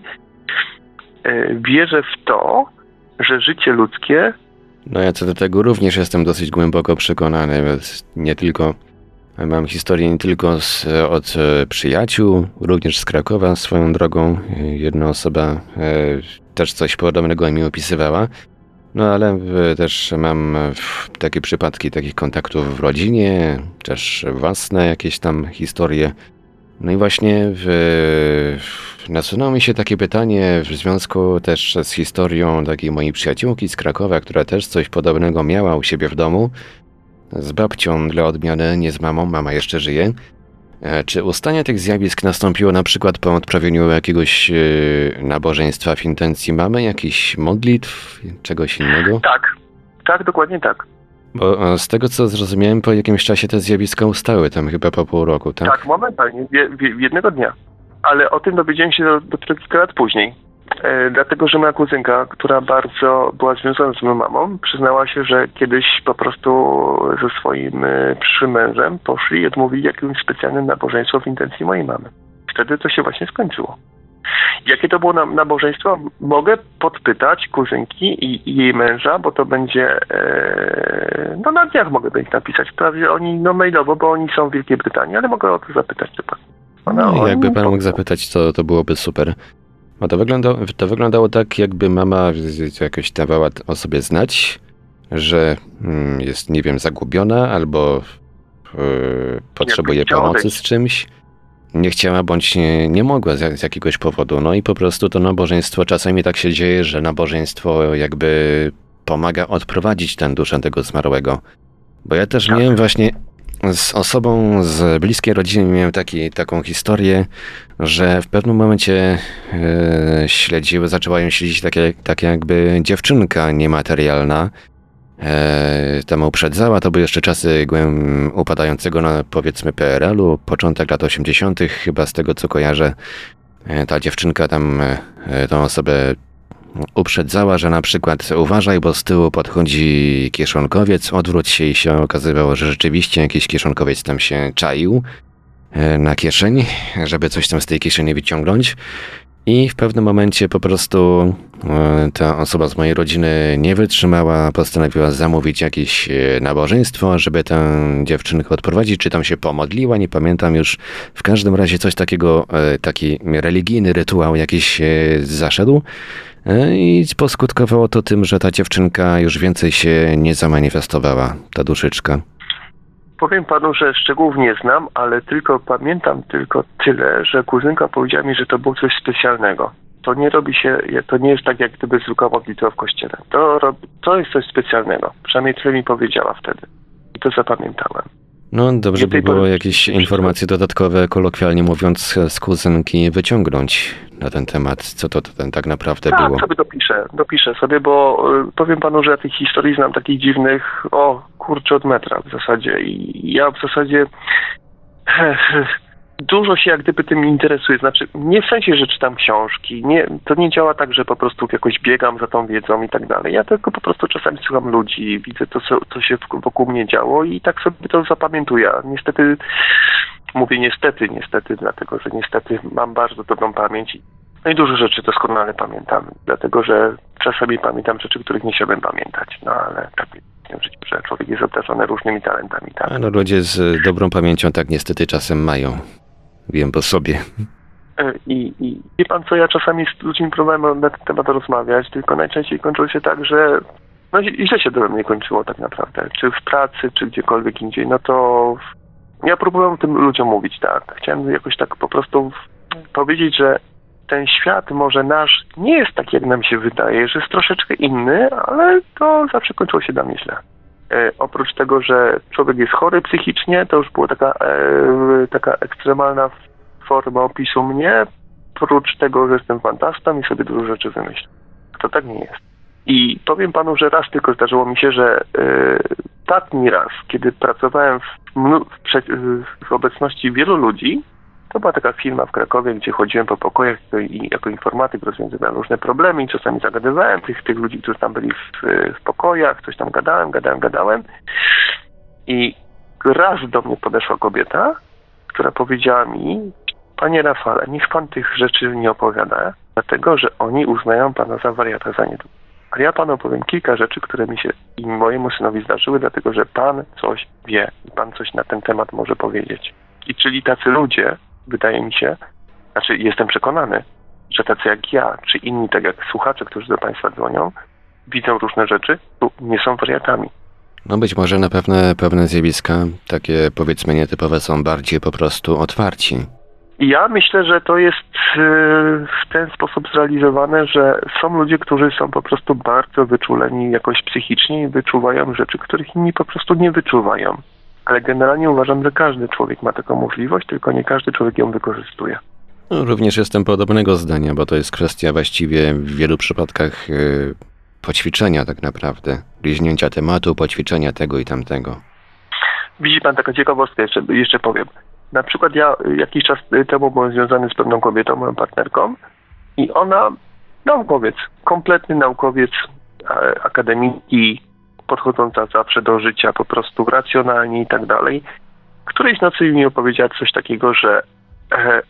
wierzę w to, że życie ludzkie... No ja co do tego również jestem dosyć głęboko przekonany, nie tylko... Mam historię nie tylko z, od przyjaciół, również z Krakowa swoją drogą. Jedna osoba e, też coś podobnego mi opisywała. No ale też mam takie przypadki takich kontaktów w rodzinie, też własne jakieś tam historie. No i właśnie w, nasunęło mi się takie pytanie w związku też z historią takiej mojej przyjaciółki z Krakowa, która też coś podobnego miała u siebie w domu. Z babcią dla odmiany, nie z mamą, mama jeszcze żyje. Czy ustanie tych zjawisk nastąpiło na przykład po odprawieniu jakiegoś yy, nabożeństwa w intencji mamy, jakichś modlitw, czegoś innego? Tak, tak, dokładnie tak. Bo z tego co zrozumiałem, po jakimś czasie te zjawiska ustały, tam chyba po pół roku, tak? Tak, momentalnie, w, w, w jednego dnia. Ale o tym dowiedziałem się dopiero kilka lat później. E, dlatego, że moja kuzynka, która bardzo była związana z moją mamą, przyznała się, że kiedyś po prostu ze swoim e, przyszłym mężem poszli i odmówili jakimś specjalnym nabożeństwo w intencji mojej mamy. Wtedy to się właśnie skończyło. Jakie to było nabożeństwo? Mogę podpytać kuzynki i, i jej męża, bo to będzie, e, no na dniach mogę do nich napisać. Prawie oni, no mailowo, bo oni są w Wielkiej Brytanii, ale mogę o to zapytać. No, no jakby pan mógł zapytać, to, to byłoby super. Bo to wyglądało, to wyglądało tak, jakby mama jakoś dawała o sobie znać, że jest, nie wiem, zagubiona albo yy, potrzebuje pomocy z czymś. Nie chciała bądź nie, nie mogła z, z jakiegoś powodu. No i po prostu to nabożeństwo, czasami tak się dzieje, że nabożeństwo jakby pomaga odprowadzić tę duszę tego zmarłego. Bo ja też tak. miałem właśnie z osobą z bliskiej rodziny, miałem taki, taką historię, że w pewnym momencie yy, śledziły, zaczęła ją śledzić takie, tak jakby dziewczynka niematerialna. E, tam uprzedzała, to były jeszcze czasy głęb upadającego na powiedzmy P R L u, początek lat osiemdziesiątych chyba z tego co kojarzę. E, ta dziewczynka tam e, tą osobę uprzedzała, że na przykład uważaj, bo z tyłu podchodzi kieszonkowiec, odwróć się i się okazywało, że rzeczywiście jakiś kieszonkowiec tam się czaił e, na kieszeni, żeby coś tam z tej kieszeni wyciągnąć. I w pewnym momencie po prostu e, ta osoba z mojej rodziny nie wytrzymała, postanowiła zamówić jakieś nabożeństwo, żeby tę dziewczynkę odprowadzić, czy tam się pomodliła, nie pamiętam już. W każdym razie coś takiego, e, taki religijny rytuał jakiś e, zaszedł e, i poskutkowało to tym, że ta dziewczynka już więcej się nie zamanifestowała, ta duszyczka. Powiem panu, że szczegółów nie znam, ale tylko pamiętam tylko tyle, że kuzynka powiedziała mi, że to było coś specjalnego. To nie robi się, to nie jest tak jak gdyby zwykła modlitwa w kościele. To, to jest coś specjalnego. Przynajmniej tyle mi powiedziała wtedy. I to zapamiętałem. No dobrze by było jakieś informacje dodatkowe, kolokwialnie mówiąc, z kuzynki wyciągnąć na ten temat. Co to, to ten tak naprawdę tak, było? Tak, sobie dopiszę, dopiszę sobie, bo y, powiem panu, że ja tych historii znam takich dziwnych, o kurczę, od metra w zasadzie. I ja w zasadzie dużo się jak gdyby tym interesuję. Znaczy, nie w sensie, że czytam książki. Nie, to nie działa tak, że po prostu jakoś biegam za tą wiedzą i tak dalej. Ja tylko po prostu czasami słucham ludzi, widzę to, co, co się wokół mnie działo i tak sobie to zapamiętuję. Niestety, mówię niestety, niestety, dlatego, że niestety mam bardzo dobrą pamięć. No i dużo rzeczy doskonale pamiętam, dlatego, że czasami pamiętam rzeczy, których nie chciałbym pamiętać. No ale tak w życiu, że człowiek jest obdarzony różnymi talentami. Tak? A no ludzie z dobrą pamięcią tak niestety czasem mają. Wiem po sobie. I, i wie pan co, ja czasami z ludźmi próbowałem na ten temat rozmawiać, tylko najczęściej kończyło się tak, że no źle się do mnie kończyło tak naprawdę. Czy w pracy, czy gdziekolwiek indziej, no to ja próbowałem tym ludziom mówić, tak. Chciałem jakoś tak po prostu powiedzieć, że ten świat może nasz nie jest tak, jak nam się wydaje, że jest troszeczkę inny, ale to zawsze kończyło się dla mnie źle. E, oprócz tego, że człowiek jest chory psychicznie, to już była taka, e, taka ekstremalna forma opisu mnie, oprócz tego, że jestem fantastą i sobie dużo rzeczy wymyślę. To tak nie jest. I powiem panu, że raz tylko zdarzyło mi się, że e, ostatni raz, kiedy pracowałem w, w, w obecności wielu ludzi, to była taka firma w Krakowie, gdzie chodziłem po pokojach i jako informatyk rozwiązywałem różne problemy i czasami zagadywałem tych, tych ludzi, którzy tam byli w, w pokojach, coś tam gadałem, gadałem, gadałem. I raz do mnie podeszła kobieta, która powiedziała mi: panie Rafale, niech pan tych rzeczy nie opowiada, dlatego że oni uznają pana za wariata, za niedługo. A ja panu powiem kilka rzeczy, które mi się i mojemu synowi zdarzyły, dlatego że pan coś wie i pan coś na ten temat może powiedzieć. I czyli tacy ludzie, wydaje mi się, znaczy jestem przekonany, że tacy jak ja, czy inni, tak jak słuchacze, którzy do państwa dzwonią, widzą różne rzeczy, nie są wariatami. No być może na pewne, pewne zjawiska, takie powiedzmy nietypowe, są bardziej po prostu otwarci. I ja myślę, że to jest w ten sposób zrealizowane, że są ludzie, którzy są po prostu bardzo wyczuleni jakoś psychicznie i wyczuwają rzeczy, których inni po prostu nie wyczuwają. Ale generalnie uważam, że każdy człowiek ma taką możliwość, tylko nie każdy człowiek ją wykorzystuje. No, również jestem podobnego zdania, bo to jest kwestia właściwie w wielu przypadkach yy, poćwiczenia tak naprawdę. Bliźnięcia tematu, poćwiczenia tego i tamtego. Widzi pan, taka ciekawostka, jeszcze, jeszcze powiem. Na przykład ja jakiś czas temu byłem związany z pewną kobietą, moją partnerką, i ona, naukowiec, kompletny naukowiec, akademicki, podchodząca zawsze do życia po prostu racjonalnie i tak dalej. Którejś nocy mi opowiedziała coś takiego, że e,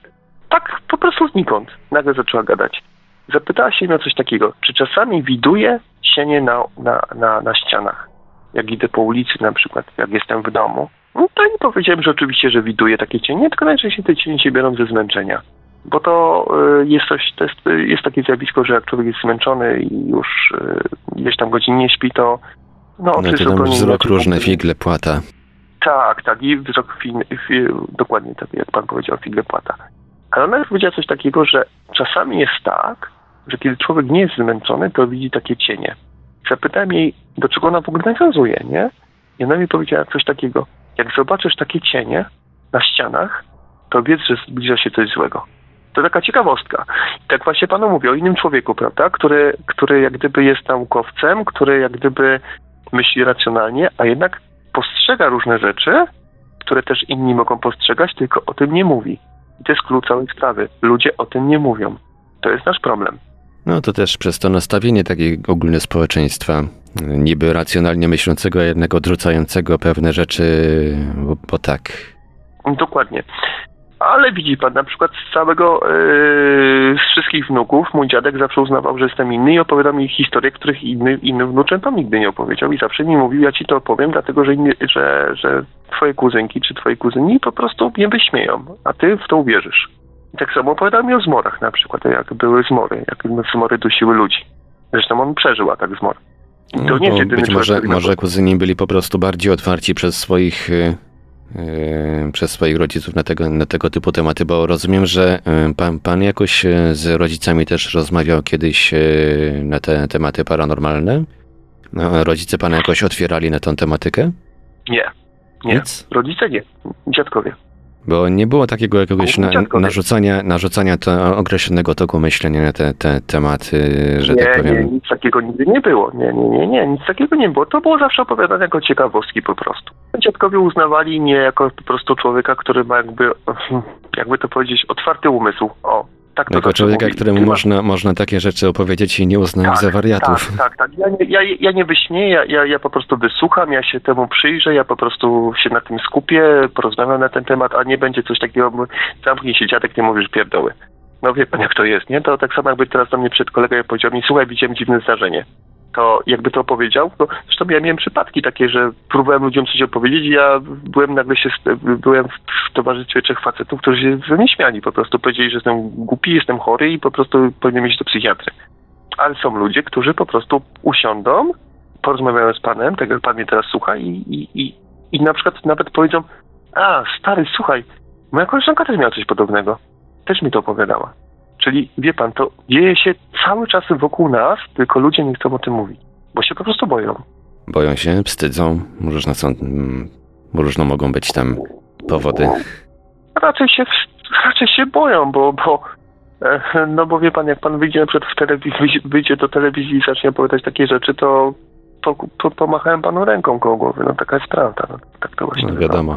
tak po prostu znikąd. Nagle zaczęła gadać. Zapytała się mnie o coś takiego, czy czasami widuje cienie na, na, na, na ścianach. Jak idę po ulicy na przykład, jak jestem w domu. No to nie powiedziałem, że oczywiście, że widuję takie cienie, tylko najczęściej te cienie się biorą ze zmęczenia. Bo to y, jest coś, to jest, y, jest takie zjawisko, że jak człowiek jest zmęczony i już y, gdzieś tam godzin nie śpi, to no, No to tam wzrok różne, figle płata. Tak, tak, i wzrok, fi, fi, dokładnie tak, jak pan powiedział, figle płata. Ale ona powiedziała coś takiego, że czasami jest tak, że kiedy człowiek nie jest zmęczony, to widzi takie cienie. Zapytałem jej, do czego ona w ogóle nawiązuje, nie? I ona mi powiedziała coś takiego, jak zobaczysz takie cienie na ścianach, to wiedz, że zbliża się coś złego. To taka ciekawostka. I tak właśnie panu mówię o innym człowieku, prawda? Który, który jak gdyby jest naukowcem, który jak gdyby myśli racjonalnie, a jednak postrzega różne rzeczy, które też inni mogą postrzegać, tylko o tym nie mówi. I to jest klucz całej sprawy. Ludzie o tym nie mówią. To jest nasz problem. No to też przez to nastawienie takiego ogólne społeczeństwa, niby racjonalnie myślącego, a jednak odrzucającego pewne rzeczy, bo, bo tak. Dokładnie. Ale widzi pan, na przykład z całego, yy, z wszystkich wnuków, mój dziadek zawsze uznawał, że jestem inny i opowiadał mi historie, których inny, innym wnuczętom nigdy nie opowiedział i zawsze mi mówił, ja ci to opowiem, dlatego że, inny, że, że twoje kuzynki czy twoi kuzyni po prostu mnie wyśmieją, a ty w to uwierzysz. I tak samo opowiadał mi o zmorach na przykład, jak były zmory, jak zmory dusiły ludzi. Zresztą on przeżył atak zmor. I to No, nie jest jedyny być może, człowiek, może kuzyni byli po prostu bardziej otwarci przez swoich... Yy... Yy, przez swoich rodziców na tego, na tego typu tematy, bo rozumiem, że yy, pan, pan jakoś yy, z rodzicami też rozmawiał kiedyś yy, na te tematy paranormalne? No, rodzice pana jakoś otwierali na tą tematykę? Nie, nie. Nic? Rodzice nie, dziadkowie. Bo nie było takiego jakiegoś na, narzucania, narzucania to, określonego toku myślenia na te, te tematy, że nie, tak powiem. Nie, nic takiego nigdy nie było. Nie, nie, nie, nie, nic takiego nie było. To było zawsze opowiadane jako ciekawostki po prostu. Dziadkowie uznawali mnie jako po prostu człowieka, który ma jakby, jakby to powiedzieć, otwarty umysł. O, tak to Jako człowieka, mówili. któremu można, można takie rzeczy opowiedzieć i nie uznać tak, za wariatów. Tak, tak, tak. Ja nie, ja, ja nie wyśmieję, ja, ja, ja po prostu wysłucham, ja się temu przyjrzę, ja po prostu się na tym skupię, porozmawiam na ten temat, a nie będzie coś takiego, zamknij się dziadek, nie mówisz pierdoły. No wie pan jak to jest, nie? To tak samo jakby teraz do mnie przed kolegą powiedział mi, słuchaj, widziałem dziwne zdarzenie. To jakby to opowiedział, to zresztą ja miałem przypadki takie, że próbowałem ludziom coś opowiedzieć i ja byłem nagle się, byłem w towarzystwie trzech facetów, którzy się ze mnie śmiali, po prostu powiedzieli, że jestem głupi, jestem chory i po prostu powinien iść do psychiatry. Ale są ludzie, którzy po prostu usiądą, porozmawiają z panem, tak jak pan mnie teraz słucha i, i, i, i na przykład nawet powiedzą, a stary, słuchaj, moja koleżanka też miała coś podobnego, też mi to opowiadała. Czyli, wie pan, to dzieje się cały czas wokół nas, tylko ludzie nie chcą o tym mówić, bo się po prostu boją. Boją się, wstydzą, różne są, różne mogą być tam powody. Raczej się, raczej się boją, bo, bo, no bo wie pan, jak pan wyjdzie na przykład w telewizji, wyjdzie do telewizji i zacznie opowiadać takie rzeczy, to, to, to pomachałem panu ręką koło głowy, no taka jest prawda, no, tak to właśnie No wiadomo.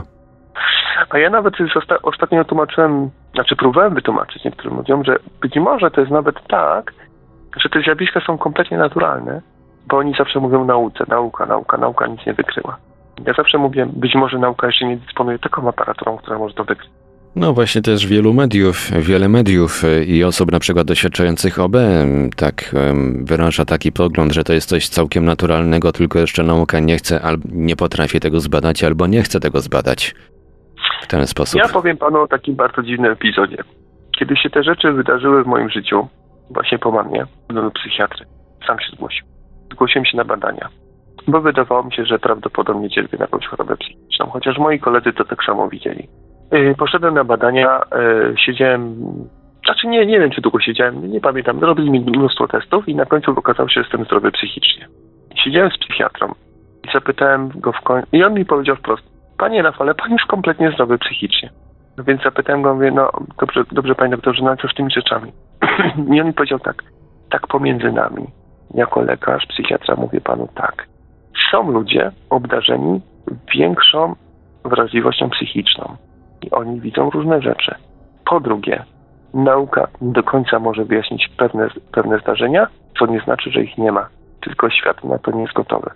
A ja nawet zosta- ostatnio tłumaczyłem, znaczy próbowałem wytłumaczyć niektórym ludziom, że być może to jest nawet tak, że te zjawiska są kompletnie naturalne, bo oni zawsze mówią nauce, nauka, nauka, nauka nic nie wykryła. Ja zawsze mówię, być może nauka jeszcze nie dysponuje taką aparaturą, która może to wykryć. No właśnie też wielu mediów, wiele mediów i osób na przykład doświadczających O B tak wyraża taki pogląd, że to jest coś całkiem naturalnego, tylko jeszcze nauka nie chce, albo nie potrafi tego zbadać, albo nie chce tego zbadać w ten sposób. Ja powiem panu o takim bardzo dziwnym epizodzie. Kiedy się te rzeczy wydarzyły w moim życiu, właśnie po mamie, do psychiatry, sam się zgłosił. Zgłosiłem się na badania, bo wydawało mi się, że prawdopodobnie cierpię na jakąś chorobę psychiczną, chociaż moi koledzy to tak samo widzieli. Yy, poszedłem na badania, yy, siedziałem, znaczy nie, nie wiem czy długo siedziałem, nie pamiętam, robili mi mnóstwo testów i na końcu okazało się, że jestem zdrowy psychicznie. Siedziałem z psychiatrą i zapytałem go w końcu, i on mi powiedział wprost, panie Rafale, pan jest kompletnie zdrowy psychicznie. No więc zapytałem go, mówię, no dobrze, dobrze panie doktorze, no co z tymi rzeczami? I on mi powiedział tak, tak pomiędzy nami, jako lekarz, psychiatra mówię panu tak. Są ludzie obdarzeni większą wrażliwością psychiczną i oni widzą różne rzeczy. Po drugie, nauka nie do końca może wyjaśnić pewne, pewne zdarzenia, co nie znaczy, że ich nie ma, tylko świat na to nie jest gotowy.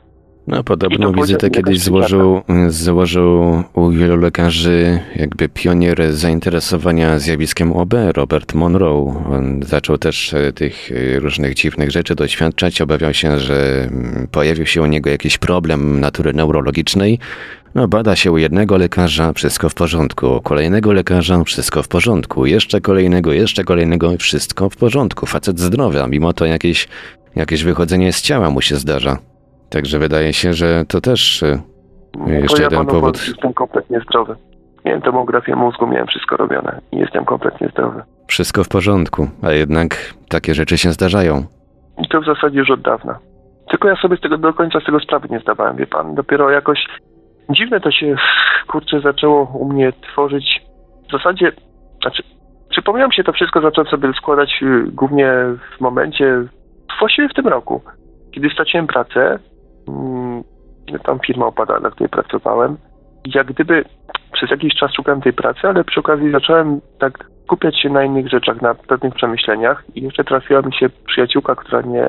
No podobną wizytę kiedyś złożył, złożył u wielu lekarzy jakby pionier zainteresowania zjawiskiem O B, Robert Monroe. On zaczął też tych różnych dziwnych rzeczy doświadczać. Obawiał się, że pojawił się u niego jakiś problem natury neurologicznej. No bada się u jednego lekarza, wszystko w porządku. U kolejnego lekarza, wszystko w porządku. Jeszcze kolejnego, jeszcze kolejnego, wszystko w porządku. Facet zdrowy, a mimo to jakieś, jakieś wychodzenie z ciała mu się zdarza. Także wydaje się, że to też no, jeszcze jeden ja powód. Jestem kompletnie zdrowy. Miałem tomografię mózgu, miałem wszystko robione i jestem kompletnie zdrowy. Wszystko w porządku, a jednak takie rzeczy się zdarzają. I to w zasadzie już od dawna. Tylko ja sobie z tego do końca z tego sprawy nie zdawałem, wie pan. Dopiero jakoś dziwne to się, kurczę, zaczęło u mnie tworzyć. W zasadzie, znaczy, przypomniałem się to wszystko, zacząłem sobie składać głównie w momencie, właściwie w tym roku, kiedy straciłem pracę. Tam firma opadła, na której pracowałem. Jak gdyby przez jakiś czas szukałem tej pracy, ale przy okazji zacząłem tak skupiać się na innych rzeczach, na pewnych przemyśleniach i jeszcze trafiła mi się przyjaciółka, która nie...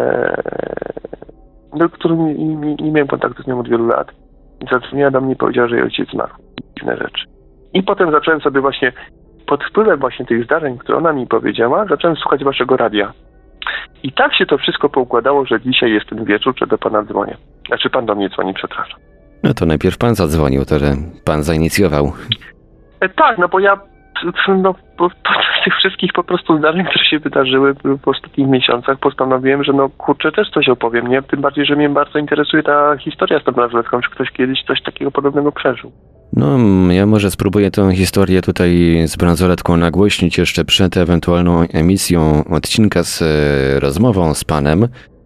do której nie, nie, nie miałem kontaktu z nią od wielu lat. Zadzwoniła do mnie i powiedziała, że jej ojciec zmarł. Dziwne rzeczy. I potem zacząłem sobie właśnie, pod wpływem właśnie tych zdarzeń, które ona mi powiedziała, zacząłem słuchać waszego radia. I tak się to wszystko poukładało, że dzisiaj jest ten wieczór, że do pana dzwonię. Znaczy pan do mnie dzwoni, przepraszam. No to najpierw pan zadzwonił, to że pan zainicjował. E, tak, no bo ja no, po, podczas tych wszystkich po prostu zdarzeń, które się wydarzyły w ostatnich miesiącach, postanowiłem, że no kurczę, też coś opowiem, nie? Tym bardziej, że mnie bardzo interesuje ta historia z tą bransoletką, czy ktoś kiedyś coś takiego podobnego przeżył. No, ja może spróbuję tę historię tutaj z bransoletką nagłośnić jeszcze przed ewentualną emisją odcinka z e, rozmową z panem.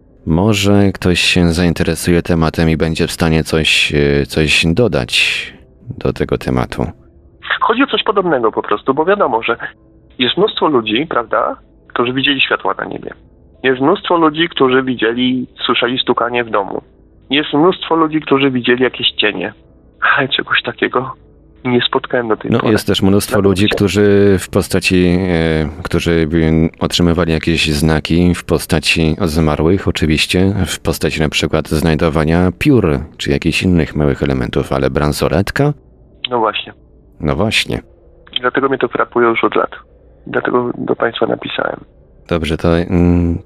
Może ktoś się zainteresuje tematem i będzie w stanie coś, e, coś dodać do tego tematu. Chodzi o coś podobnego po prostu, bo wiadomo, że jest mnóstwo ludzi, prawda, którzy widzieli światła na niebie. Jest mnóstwo ludzi, którzy widzieli, słyszeli stukanie w domu. Jest mnóstwo ludzi, którzy widzieli jakieś cienie. Ale czegoś takiego nie spotkałem do tej no, pory. Jest też mnóstwo ludzi, się. którzy w postaci, e, którzy otrzymywali jakieś znaki w postaci zmarłych, oczywiście, w postaci na przykład znajdowania piór, czy jakichś innych małych elementów, ale bransoletka? No właśnie. No właśnie. Dlatego mnie to frapuje już od lat. Dlatego do państwa napisałem. Dobrze, to... Mm...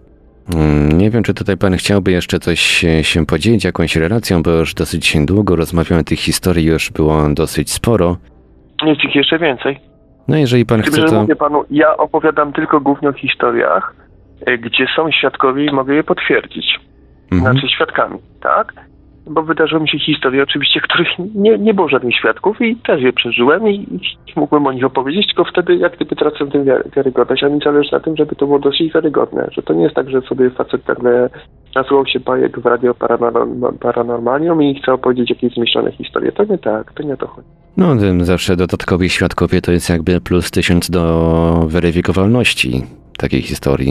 Nie wiem, czy tutaj pan chciałby jeszcze coś się podzielić, jakąś relacją, bo już dosyć długo rozmawiamy, tych historii już było dosyć sporo. Jest ich jeszcze więcej. No jeżeli pan Tym, chce, że to... mówię panu, ja opowiadam tylko głównie o historiach, gdzie są świadkowie i mogę je potwierdzić. Mhm. Znaczy świadkami, tak? Bo wydarzyły mi się historie oczywiście, których nie, nie było żadnych świadków i też je przeżyłem i, i mógłbym o nich opowiedzieć, tylko wtedy jak gdyby tracę tę wiarygodność, a mi zależy na tym, żeby to było dosyć wiarygodne, że to nie jest tak, że sobie facet nagle nasłuchał się bajek w radio paranorm- paranormalium i chce opowiedzieć jakieś zmyślone historie. To nie tak, to nie o to chodzi. No zawsze dodatkowi świadkowie to jest jakby plus tysiąc do weryfikowalności takiej historii.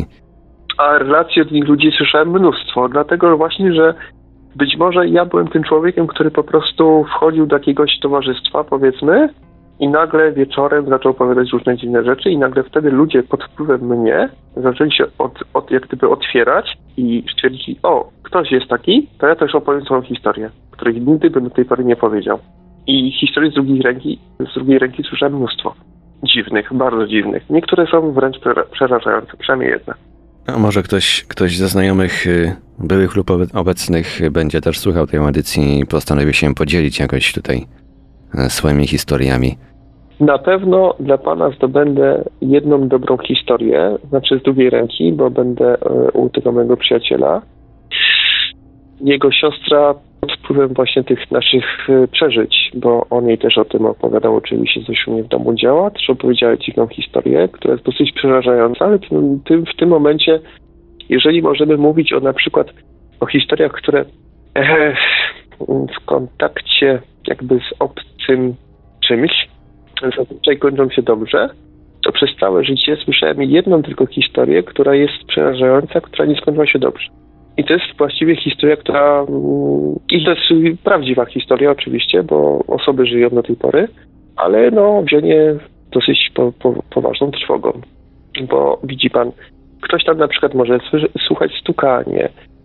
A relacji od nich ludzi słyszałem mnóstwo, dlatego właśnie, że być może ja byłem tym człowiekiem, który po prostu wchodził do jakiegoś towarzystwa, powiedzmy, i nagle wieczorem zaczął opowiadać różne dziwne rzeczy i nagle wtedy ludzie pod wpływem mnie zaczęli się od, od, jak gdyby otwierać i stwierdzili, o, ktoś jest taki, to ja też opowiem swoją historię, której nigdy bym do tej pory nie powiedział. I historii z drugiej ręki, z drugiej ręki słyszałem mnóstwo. Dziwnych, bardzo dziwnych. Niektóre są wręcz przerażające, przynajmniej jedna. A może ktoś, ktoś ze znajomych byłych lub obecnych będzie też słuchał tej audycji i postanowi się podzielić jakoś tutaj swoimi historiami. Na pewno dla pana zdobędę jedną dobrą historię, znaczy z drugiej ręki, bo będę u tego mojego przyjaciela. Jego siostra pod wpływem właśnie tych naszych przeżyć, bo on jej też o tym opowiadał, oczywiście coś u mnie w domu działa, też opowiedziała dziwną historię, która jest dosyć przerażająca, ale w tym, w tym momencie, jeżeli możemy mówić o na przykład o historiach, które e, w kontakcie jakby z obcym czymś zazwyczaj kończą się dobrze, to przez całe życie słyszałem jedną tylko historię, która jest przerażająca, która nie skończyła się dobrze. I to jest właściwie historia, która... I to jest prawdziwa historia oczywiście, bo osoby żyją do tej pory, ale no wzięcie dosyć po, po, poważną trwogą. Bo widzi pan, ktoś tam na przykład może słuchać stukanie,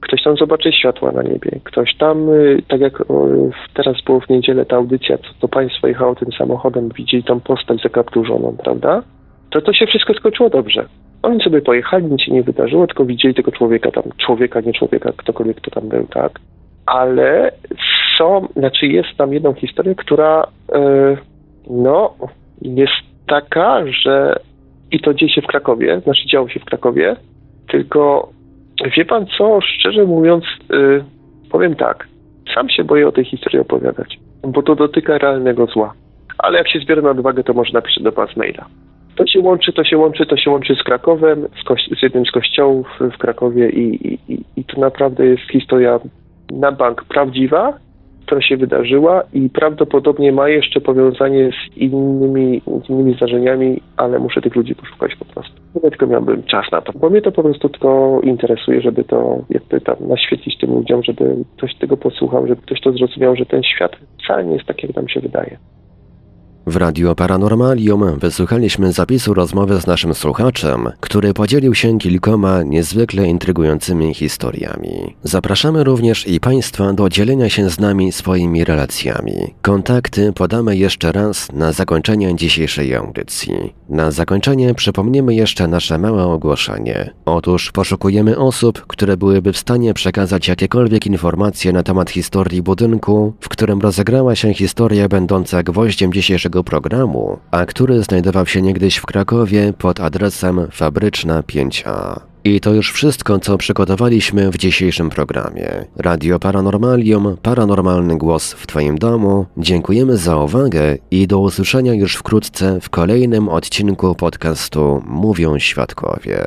Ktoś tam zobaczy światła na niebie. Ktoś tam, tak jak teraz było w niedzielę ta audycja, co to państwo jechało tym samochodem, widzieli tam postać zakapturzoną, prawda? To to się wszystko skończyło dobrze. Oni sobie pojechali, nic się nie wydarzyło, tylko widzieli tego człowieka tam, człowieka, nie człowieka, ktokolwiek kto tam był, tak? Ale są, znaczy jest tam jedną historię, która yy, no jest taka, że i to dzieje się w Krakowie, znaczy działo się w Krakowie, tylko wie pan co, szczerze mówiąc, yy, powiem tak, sam się boję o tej historii opowiadać, bo to dotyka realnego zła. Ale jak się zbiera na odwagę, to może napiszę do was maila. To się łączy, to się łączy, to się łączy z Krakowem, z, kości- z jednym z kościołów w Krakowie i, i, i to naprawdę jest historia na bank prawdziwa, która się wydarzyła i prawdopodobnie ma jeszcze powiązanie z innymi, z innymi zdarzeniami, ale muszę tych ludzi poszukać po prostu. Ja tylko miałbym czas na to, bo mnie to po prostu tylko interesuje, żeby to jakby tam naświetlić tym ludziom, żeby ktoś tego posłuchał, żeby ktoś to zrozumiał, że ten świat wcale nie jest tak, jak nam się wydaje. W Radio Paranormalium wysłuchaliśmy zapisu rozmowy z naszym słuchaczem, który podzielił się kilkoma niezwykle intrygującymi historiami. Zapraszamy również i Państwa do dzielenia się z nami swoimi relacjami. Kontakty podamy jeszcze raz na zakończenie dzisiejszej audycji. Na zakończenie przypomnimy jeszcze nasze małe ogłoszenie. Otóż poszukujemy osób, które byłyby w stanie przekazać jakiekolwiek informacje na temat historii budynku, w którym rozegrała się historia będąca gwoździem dzisiejszego programu, a który znajdował się niegdyś w Krakowie pod adresem Fabryczna pięć A. I to już wszystko, co przygotowaliśmy w dzisiejszym programie. Radio Paranormalium, paranormalny głos w Twoim domu. Dziękujemy za uwagę i do usłyszenia już wkrótce w kolejnym odcinku podcastu Mówią Świadkowie.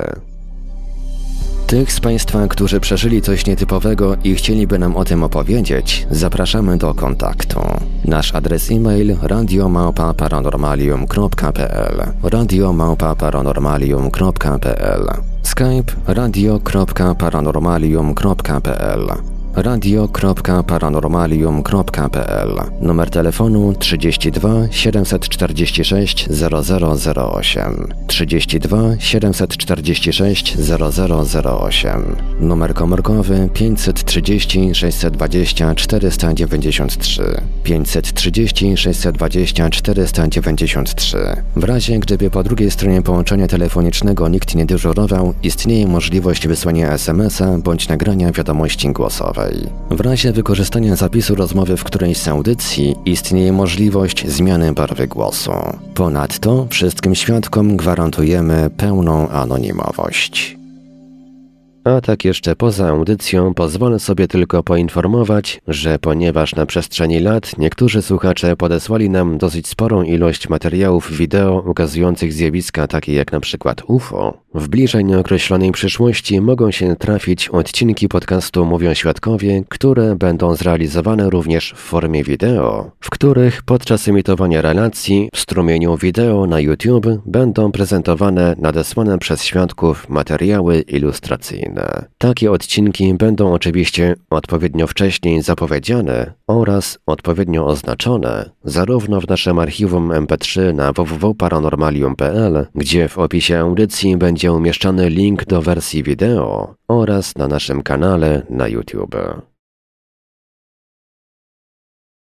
Tych z Państwa, którzy przeżyli coś nietypowego i chcieliby nam o tym opowiedzieć, zapraszamy do kontaktu. Nasz adres e-mail radio małpa paranormalium kropka p l radio małpa paranormalium kropka p l Skype radio kropka paranormalium kropka p l radio kropka paranormalium kropka p l Numer telefonu trzydzieści dwa siedemset czterdzieści sześć zero zero zero osiem trzydzieści dwa siedemset czterdzieści sześć zero zero zero osiem Numer komórkowy pięćset trzydzieści sześćset dwadzieścia czterysta dziewięćdziesiąt trzy pięćset trzydzieści sześćset dwadzieścia czterysta dziewięćdziesiąt trzy W razie gdyby po drugiej stronie połączenia telefonicznego nikt nie dyżurował, istnieje możliwość wysłania es em es a bądź nagrania wiadomości głosowej. W razie wykorzystania zapisu rozmowy w którejś z audycji istnieje możliwość zmiany barwy głosu. Ponadto wszystkim świadkom gwarantujemy pełną anonimowość. A tak jeszcze poza audycją pozwolę sobie tylko poinformować, że ponieważ na przestrzeni lat niektórzy słuchacze podesłali nam dosyć sporą ilość materiałów wideo ukazujących zjawiska takie jak na przykład U F O, w bliżej nieokreślonej przyszłości mogą się trafić odcinki podcastu Mówią Świadkowie, które będą zrealizowane również w formie wideo, w których podczas emitowania relacji w strumieniu wideo na YouTube będą prezentowane nadesłane przez świadków materiały ilustracyjne. Takie odcinki będą oczywiście odpowiednio wcześniej zapowiedziane oraz odpowiednio oznaczone zarówno w naszym archiwum em pe trzy na w w w kropka paranormalium kropka p l, gdzie w opisie audycji będzie umieszczony link do wersji wideo oraz na naszym kanale na YouTube.